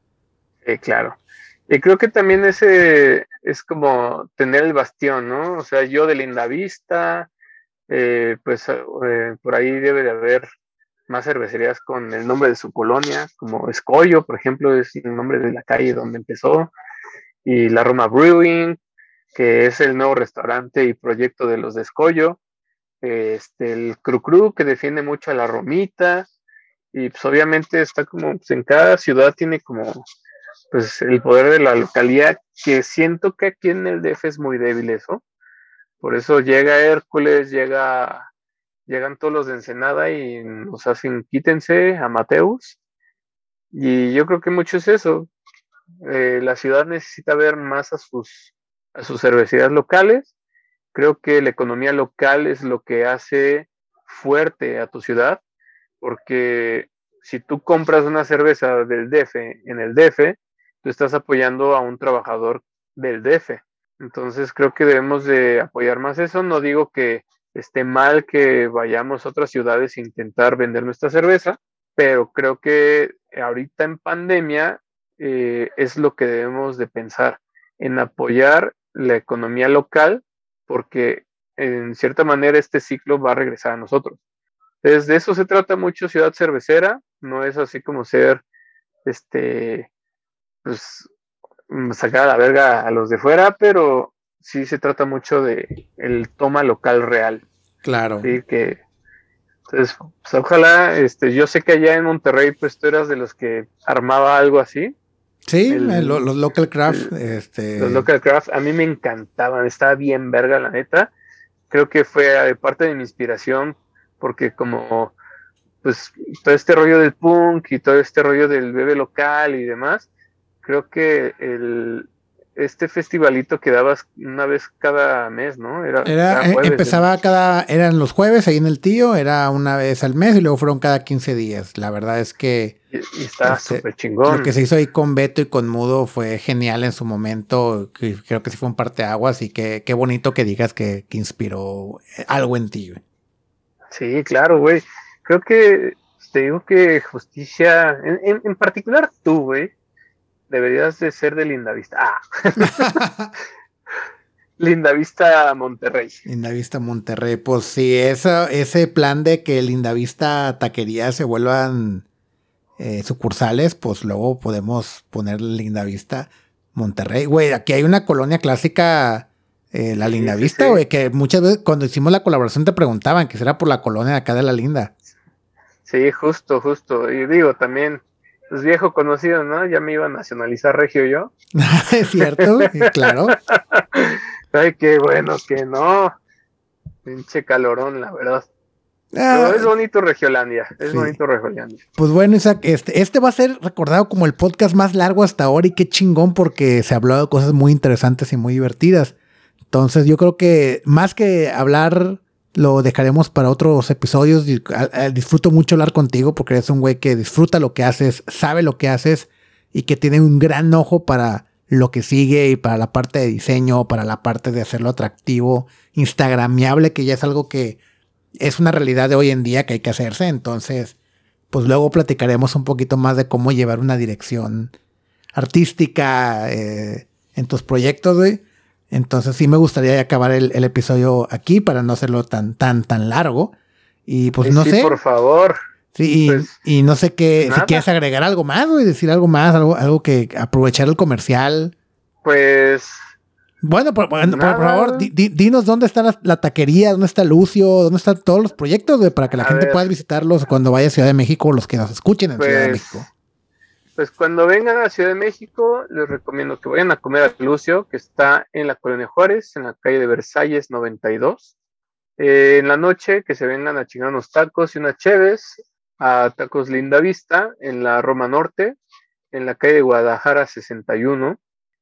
Eh, claro. Y creo que también ese es como tener el bastión, ¿no? O sea, yo de Lindavista, eh, pues eh, por ahí debe de haber más cervecerías con el nombre de su colonia, como Escollo, por ejemplo, es el nombre de la calle donde empezó, y la Roma Brewing, que es el nuevo restaurante y proyecto de los de Escollo, este, el Cru Cru, que defiende mucho a la Romita, y pues obviamente está como, pues en cada ciudad tiene como, pues el poder de la localidad, que siento que aquí en el D F es muy débil eso, por eso llega Hércules, llega, llegan todos los de Ensenada y nos hacen quítense a Mateus, y yo creo que mucho es eso. Eh, la ciudad necesita ver más a sus, a sus cervecerías locales. Creo que la economía local es lo que hace fuerte a tu ciudad, porque si tú compras una cerveza del D F en el D F, tú estás apoyando a un trabajador del D F. Entonces creo que debemos de apoyar más eso. No digo que esté mal que vayamos a otras ciudades e intentar vender nuestra cerveza, pero creo que ahorita en pandemia eh, es lo que debemos de pensar, en apoyar la economía local, porque en cierta manera este ciclo va a regresar a nosotros. Entonces, de eso se trata mucho Ciudad Cervecera, no es así como ser, este, pues, sacar a la verga a los de fuera, pero sí se trata mucho de el toma local real, Claro. ¿sí? Que, entonces, pues, ojalá, este, yo sé que allá en Monterrey, pues tú eras de los que armaba algo así, Sí, eh, lo- el, los local craft, el, los este, local craft, a mí me encantaban, estaba bien verga, la neta, creo que fue parte de mi inspiración, porque como pues todo este rollo del punk y todo este rollo del bebé local y demás, creo que el, este festivalito que dabas una vez cada mes, ¿no? Era, era cada jueves, empezaba ¿no? cada, eran los jueves ahí en el Tío, era una vez al mes y luego fueron cada quince días. La verdad es que... Y, y estaba este, súper chingón. Lo que se hizo ahí con Beto y con Mudo fue genial en su momento. Creo que sí fue un parteaguas y que, qué bonito que digas que, que inspiró algo en ti, güey. Sí, claro, güey. Creo que te digo que Justicia, en, en, en particular tú, güey, deberías de ser de Lindavista. Ah. Lindavista Monterrey. Lindavista Monterrey. Pues sí, eso, ese plan de que Lindavista taquerías se vuelvan eh, sucursales, pues luego podemos poner Lindavista Monterrey. Güey, aquí hay una colonia clásica, eh, la sí, Lindavista, güey, sí, sí. Que muchas veces cuando hicimos la colaboración te preguntaban que si era por la colonia de acá de la Linda. Sí, justo, justo. Y digo, también... Pues viejo conocido, ¿no? Ya me iba a nacionalizar regio yo. Es cierto, claro. Ay, qué bueno que no. Pinche calorón, la verdad. Ah, pero es bonito Regiolandia, es sí. bonito Regiolandia. Pues bueno, Isaac, este, este va a ser recordado como el podcast más largo hasta ahora y qué chingón porque se habló de cosas muy interesantes y muy divertidas. Entonces yo creo que más que hablar... Lo dejaremos para otros episodios. Disfruto mucho hablar contigo porque eres un güey que disfruta lo que haces, sabe lo que haces y que tiene un gran ojo para lo que sigue y para la parte de diseño, para la parte de hacerlo atractivo, instagramiable, que ya es algo que es una realidad de hoy en día que hay que hacerse. Entonces, pues luego platicaremos un poquito más de cómo llevar una dirección artística eh, en tus proyectos, güey. Entonces sí me gustaría acabar el, el episodio aquí para no hacerlo tan, tan, tan largo. Y pues sí, no sí, sé. por favor. Sí, y, pues, y no sé qué, nada. Si quieres agregar algo más, o decir algo más, algo, algo que aprovechar el comercial. Pues. Bueno, por, por, por favor, di, di, dinos dónde está la, la taquería, dónde está Lucio, dónde están todos los proyectos, güey, para que la a gente ver. pueda visitarlos cuando vaya a Ciudad de México, los que nos escuchen en pues, Ciudad de México. Pues cuando vengan a Ciudad de México, les recomiendo que vayan a comer a Lucio, que está en la Colonia Juárez, en la calle de Versalles noventa y dos. Eh, en la noche, que se vengan a chingar unos tacos y unas cheves a Tacos Lindavista, en la Roma Norte, en la calle de Guadalajara sesenta y uno.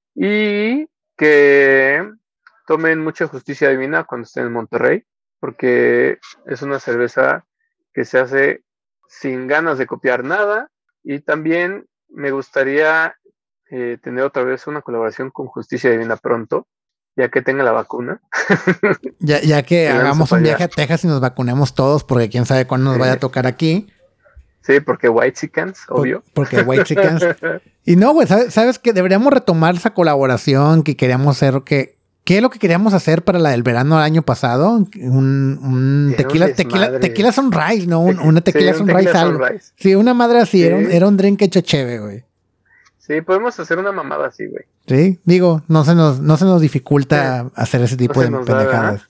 Y que tomen mucha Justicia Divina cuando estén en Monterrey, porque es una cerveza que se hace sin ganas de copiar nada. Y también me gustaría eh, tener otra vez una colaboración con Justicia Divina pronto, ya que tenga la vacuna. Ya, ya que hagamos un viaje a Texas y nos vacunemos todos, porque quién sabe cuándo nos vaya a tocar aquí. Sí, porque Whitexicans, obvio. Por, porque Whitexicans. Y no, güey, ¿sabes, ¿sabes que deberíamos retomar esa colaboración que queríamos hacer? Que, ¿Qué es lo que queríamos hacer para la del verano del año pasado? Un, un tequila, un tequila, tequila Sunrise, ¿no? Un, una tequila sí, un Sunrise tequila algo. Sunrise. Sí, una madre así, sí. era, un, era un drink hecho chévere, güey. Sí, podemos hacer una mamada así, güey. Sí, digo, no se nos, no se nos dificulta sí. hacer ese tipo no de pendejadas.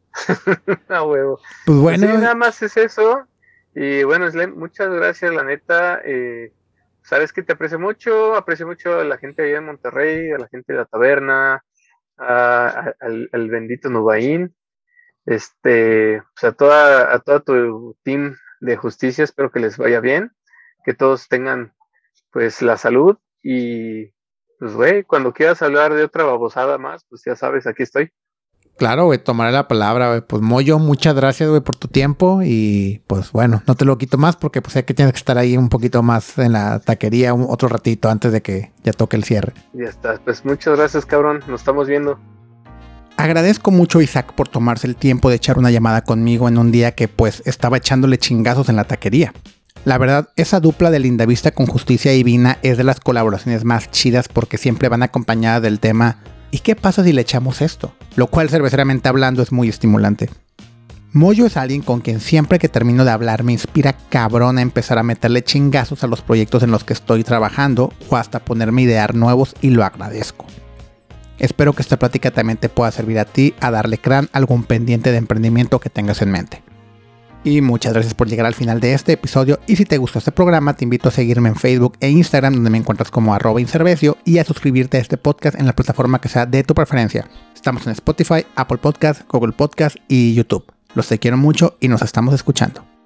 A huevo. Pues bueno. Pues sí, nada más es eso. Y bueno, Slim, muchas gracias, la neta. Eh, sabes que te aprecio mucho, aprecio mucho a la gente allá en Monterrey, a la gente de la taberna, a, a, al, al bendito Nubaín, este, pues a toda, a todo tu team de justicia, espero que les vaya bien, que todos tengan pues la salud y pues güey, cuando quieras hablar de otra babosada más, pues ya sabes, aquí estoy. Claro, güey, tomaré la palabra, güey. Pues Moyo, muchas gracias, güey, por tu tiempo y pues bueno, no te lo quito más porque pues sé que tienes que estar ahí un poquito más en la taquería un, otro ratito antes de que ya toque el cierre. Ya está, pues muchas gracias, cabrón, nos estamos viendo. Agradezco mucho a Isaac por tomarse el tiempo de echar una llamada conmigo en un día que pues estaba echándole chingazos en la taquería. La verdad, esa dupla de Lindavista con Justicia Divina es de las colaboraciones más chidas porque siempre van acompañadas del tema ¿y qué pasa si le echamos esto? Lo cual, cerveceramente hablando, es muy estimulante. Moyo es alguien con quien siempre que termino de hablar me inspira cabrón a empezar a meterle chingazos a los proyectos en los que estoy trabajando o hasta ponerme a idear nuevos y lo agradezco. Espero que esta plática también te pueda servir a ti a darle crán a algún pendiente de emprendimiento que tengas en mente. Y muchas gracias por llegar al final de este episodio y si te gustó este programa te invito a seguirme en Facebook e Instagram donde me encuentras como arroba inservecio y a suscribirte a este podcast en la plataforma que sea de tu preferencia. Estamos en Spotify, Apple Podcast, Google Podcast y YouTube. Los te quiero mucho y nos estamos escuchando.